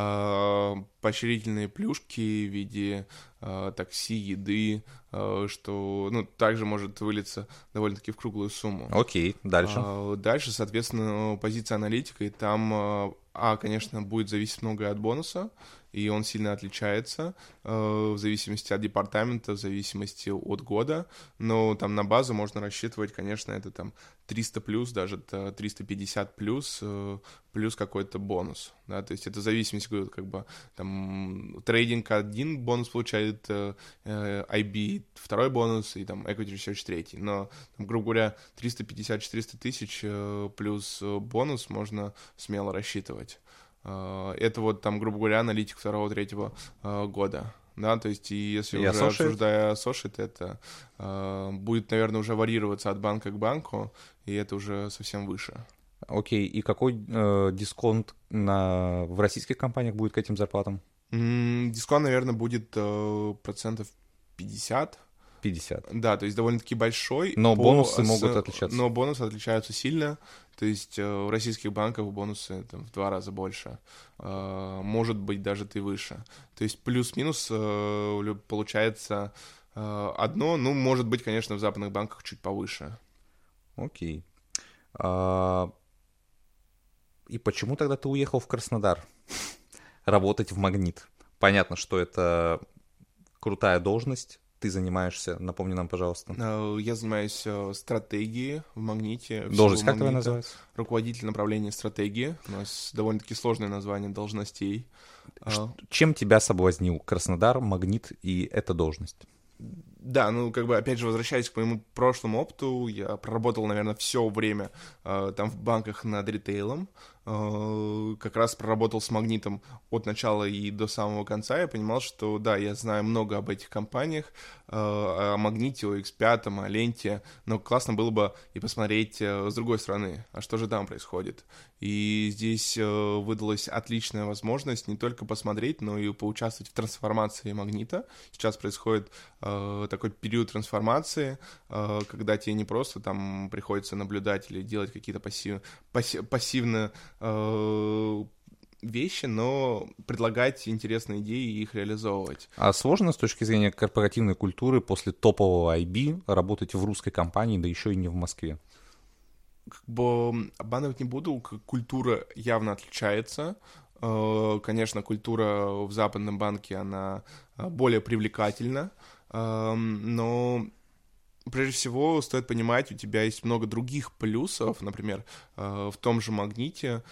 [SPEAKER 2] поощрительные плюшки в виде такси, еды, что, ну, также может вылиться довольно-таки в круглую сумму.
[SPEAKER 1] Окей, дальше.
[SPEAKER 2] Дальше, соответственно, позиция аналитика, и там, а, конечно, будет зависеть многое от бонуса, и он сильно отличается э, в зависимости от департамента, в зависимости от года, но там на базу можно рассчитывать, конечно, это там триста плюс, даже триста пятьдесят плюс, э, плюс какой-то бонус, да, то есть это в зависимости, как бы, там, трейдинг один бонус получает, э, ай би второй бонус, и там equity research третий, но, там, грубо говоря, триста пятьдесят - четыреста тысяч э, плюс бонус можно смело рассчитывать. Это вот там, грубо говоря, аналитик второго-третьего э, года, да, то есть и если
[SPEAKER 1] и
[SPEAKER 2] уже
[SPEAKER 1] associate?
[SPEAKER 2] обсуждая associate, это э, будет, наверное, уже варьироваться от банка к банку, и это уже совсем выше.
[SPEAKER 1] Окей, и какой э, дисконт на, в российских компаниях будет к этим зарплатам?
[SPEAKER 2] М-м, дисконт, наверное, будет э, процентов пятьдесят.
[SPEAKER 1] пятьдесят.
[SPEAKER 2] Да, то есть довольно-таки большой.
[SPEAKER 1] Но
[SPEAKER 2] по,
[SPEAKER 1] бонусы
[SPEAKER 2] с,
[SPEAKER 1] могут отличаться.
[SPEAKER 2] Но бонусы отличаются сильно. То есть э, в российских банках бонусы там, в два раза больше. Э, может быть, даже ты выше. То есть плюс-минус э, получается э, одно. Ну, может быть, конечно, в западных банках чуть повыше.
[SPEAKER 1] Окей. А... И почему тогда ты уехал в Краснодар работать в Магнит? Понятно, что это крутая должность. Ты занимаешься, напомни нам, пожалуйста.
[SPEAKER 2] Я занимаюсь стратегией в Магните.
[SPEAKER 1] Должность как твоя называется?
[SPEAKER 2] Руководитель направления стратегии. У нас довольно-таки сложное название должностей.
[SPEAKER 1] Ш- чем тебя соблазнил Краснодар, Магнит и эта должность?
[SPEAKER 2] Да, ну, как бы, опять же, возвращаясь к моему прошлому опыту, я проработал, наверное, все время э, там в банках над ритейлом, э, как раз проработал с Магнитом от начала и до самого конца. Я понимал, что, да, я знаю много об этих компаниях, э, о Магните, о икс пять, о Ленте, но классно было бы и посмотреть э, с другой стороны, а что же там происходит. И здесь э, выдалась отличная возможность не только посмотреть, но и поучаствовать в трансформации Магнита. Сейчас происходит э, такой период трансформации, э, когда тебе не просто там приходится наблюдать или делать какие-то пассив, пассив, пассивные э, вещи, но предлагать интересные идеи и их реализовывать.
[SPEAKER 1] А сложно с точки зрения корпоративной культуры после топового ай би работать в русской компании, да еще и не в Москве?
[SPEAKER 2] Как бы обманывать не буду, культура явно отличается. Конечно, культура в западном банке, она более привлекательна, но прежде всего стоит понимать, у тебя есть много других плюсов, например, в том же Магните,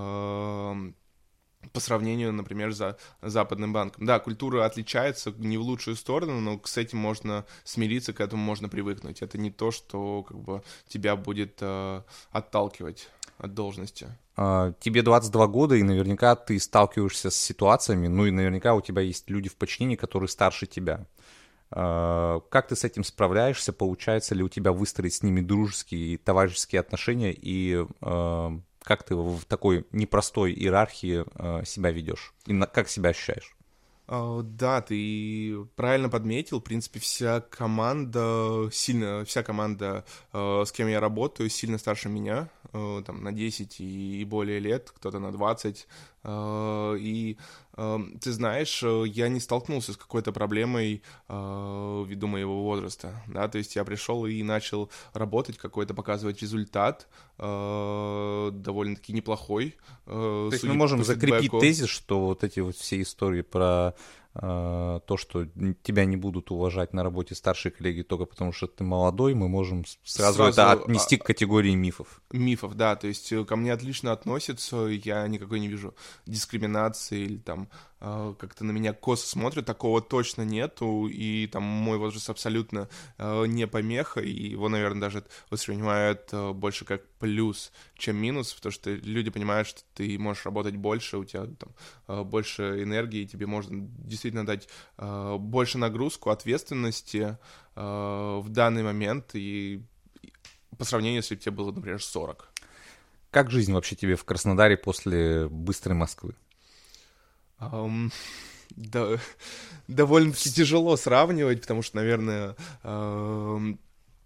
[SPEAKER 2] по сравнению, например, за западным банком. Да, культура отличается не в лучшую сторону, но с этим можно смириться, к этому можно привыкнуть. Это не то, что как бы тебя будет э, отталкивать от должности.
[SPEAKER 1] А, тебе двадцать два года, и наверняка ты сталкиваешься с ситуациями, ну и наверняка у тебя есть люди в подчинении, которые старше тебя. А, как ты с этим справляешься? Получается ли у тебя выстроить с ними дружеские и товарищеские отношения, и а, как ты в такой непростой иерархии э, себя ведешь? И на, как себя ощущаешь?
[SPEAKER 2] Uh, да, ты правильно подметил. В принципе, вся команда, сильно, вся команда, uh, с кем я работаю, сильно старше меня, uh, там, на десять и, и более лет, кто-то на двадцать. Uh, и uh, ты знаешь, я не столкнулся с какой-то проблемой uh, ввиду моего возраста, да, то есть я пришел и начал работать, какой-то показывать результат, uh, довольно-таки неплохой. Uh,
[SPEAKER 1] то есть мы можем закрепить тезис, что вот эти вот все истории про э, то, что тебя не будут уважать на работе старшие коллеги только потому, что ты молодой, мы можем сразу, сразу это отнести к категории мифов.
[SPEAKER 2] Мифов, да, то есть ко мне отлично относятся, я никакой не вижу дискриминации или там как-то на меня косо смотрят, такого точно нету, и там мой возраст абсолютно э, не помеха, и его, наверное, даже воспринимают э, больше как плюс, чем минус, потому что люди понимают, что ты можешь работать больше, у тебя там э, больше энергии, тебе можно действительно дать э, больше нагрузку, ответственности э, в данный момент, и по сравнению, если бы тебе было, например, сорок.
[SPEAKER 1] Как жизнь вообще тебе в Краснодаре после быстрой Москвы?
[SPEAKER 2] Um, да, довольно-таки тяжело сравнивать, потому что, наверное, uh,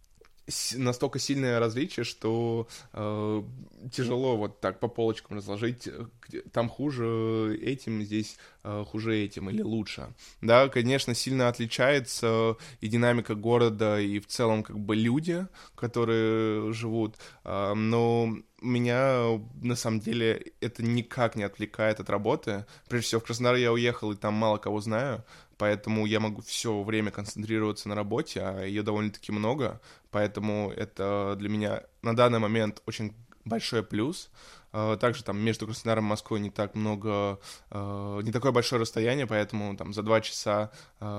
[SPEAKER 2] с, настолько сильное различие, что uh, тяжело вот так по полочкам разложить. Там хуже этим, здесь uh, хуже этим или лучше. Да, конечно, сильно отличается и динамика города, и в целом как бы люди, которые живут, uh, но... Меня, на самом деле, это никак не отвлекает от работы. Прежде всего, в Краснодар я уехал, и там мало кого знаю, поэтому я могу все время концентрироваться на работе, а ее довольно-таки много, поэтому это для меня на данный момент очень большой плюс. Также там между Краснодаром и Москвой не так много, не такое большое расстояние, поэтому там за два часа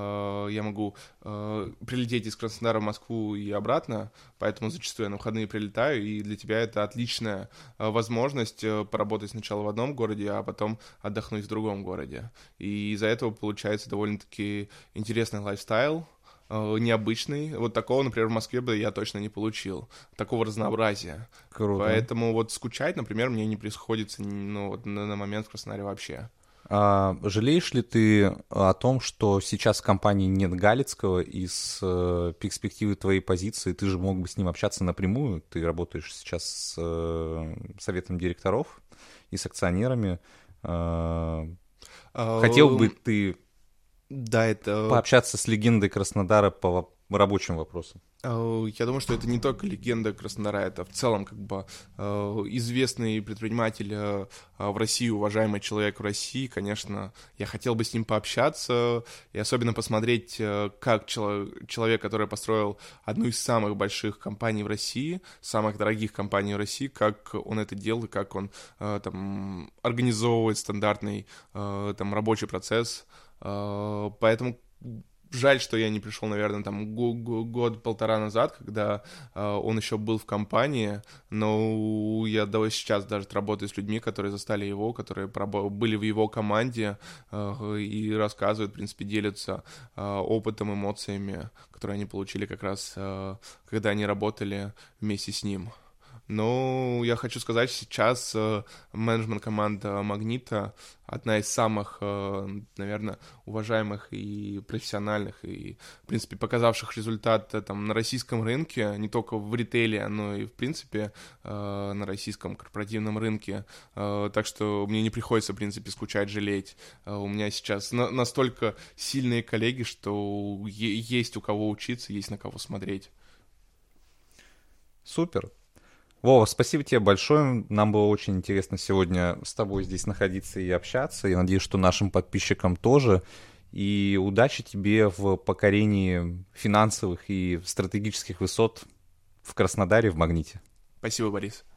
[SPEAKER 2] я могу прилететь из Краснодара в Москву и обратно, поэтому зачастую я на выходные прилетаю, и для тебя это отличная возможность поработать сначала в одном городе, а потом отдохнуть в другом городе. И из-за этого получается довольно-таки интересный лайфстайл, необычный. Вот такого, например, в Москве бы я точно не получил. Такого разнообразия.
[SPEAKER 1] Круто.
[SPEAKER 2] Поэтому вот скучать, например, мне не приходится ну, вот на, на момент в Краснодаре вообще.
[SPEAKER 1] А, жалеешь ли ты о том, что сейчас в компании нет Галицкого, и с э, перспективы твоей позиции ты же мог бы с ним общаться напрямую? Ты работаешь сейчас с э, советом директоров и с акционерами. Э, хотел бы ты...
[SPEAKER 2] Да, это...
[SPEAKER 1] пообщаться с легендой Краснодара по рабочим вопросам?
[SPEAKER 2] Я думаю, что это не только легенда Краснодара, это в целом как бы известный предприниматель в России, уважаемый человек в России. Конечно, я хотел бы с ним пообщаться и особенно посмотреть, как человек, который построил одну из самых больших компаний в России, самых дорогих компаний в России, как он это делал и как он там организовывает стандартный там рабочий процесс. Поэтому жаль, что я не пришел, наверное, там год-полтора назад, когда он еще был в компании, но я даже сейчас даже работаю с людьми, которые застали его, которые были в его команде и рассказывают, в принципе, делятся опытом, эмоциями, которые они получили как раз, когда они работали вместе с ним. Но я хочу сказать, сейчас э, менеджмент команда «Магнита» одна из самых, э, наверное, уважаемых и профессиональных, и, в принципе, показавших результат э, там, на российском рынке, не только в ритейле, но и, в принципе, э, на российском корпоративном рынке. Э, так что мне не приходится, в принципе, скучать, жалеть. Э, у меня сейчас на- настолько сильные коллеги, что е- есть у кого учиться, есть на кого смотреть.
[SPEAKER 1] Супер. Вова, спасибо тебе большое. Нам было очень интересно сегодня с тобой здесь находиться и общаться. Я надеюсь, что нашим подписчикам тоже. И удачи тебе в покорении финансовых и стратегических высот в Краснодаре, в Магните.
[SPEAKER 2] Спасибо, Борис.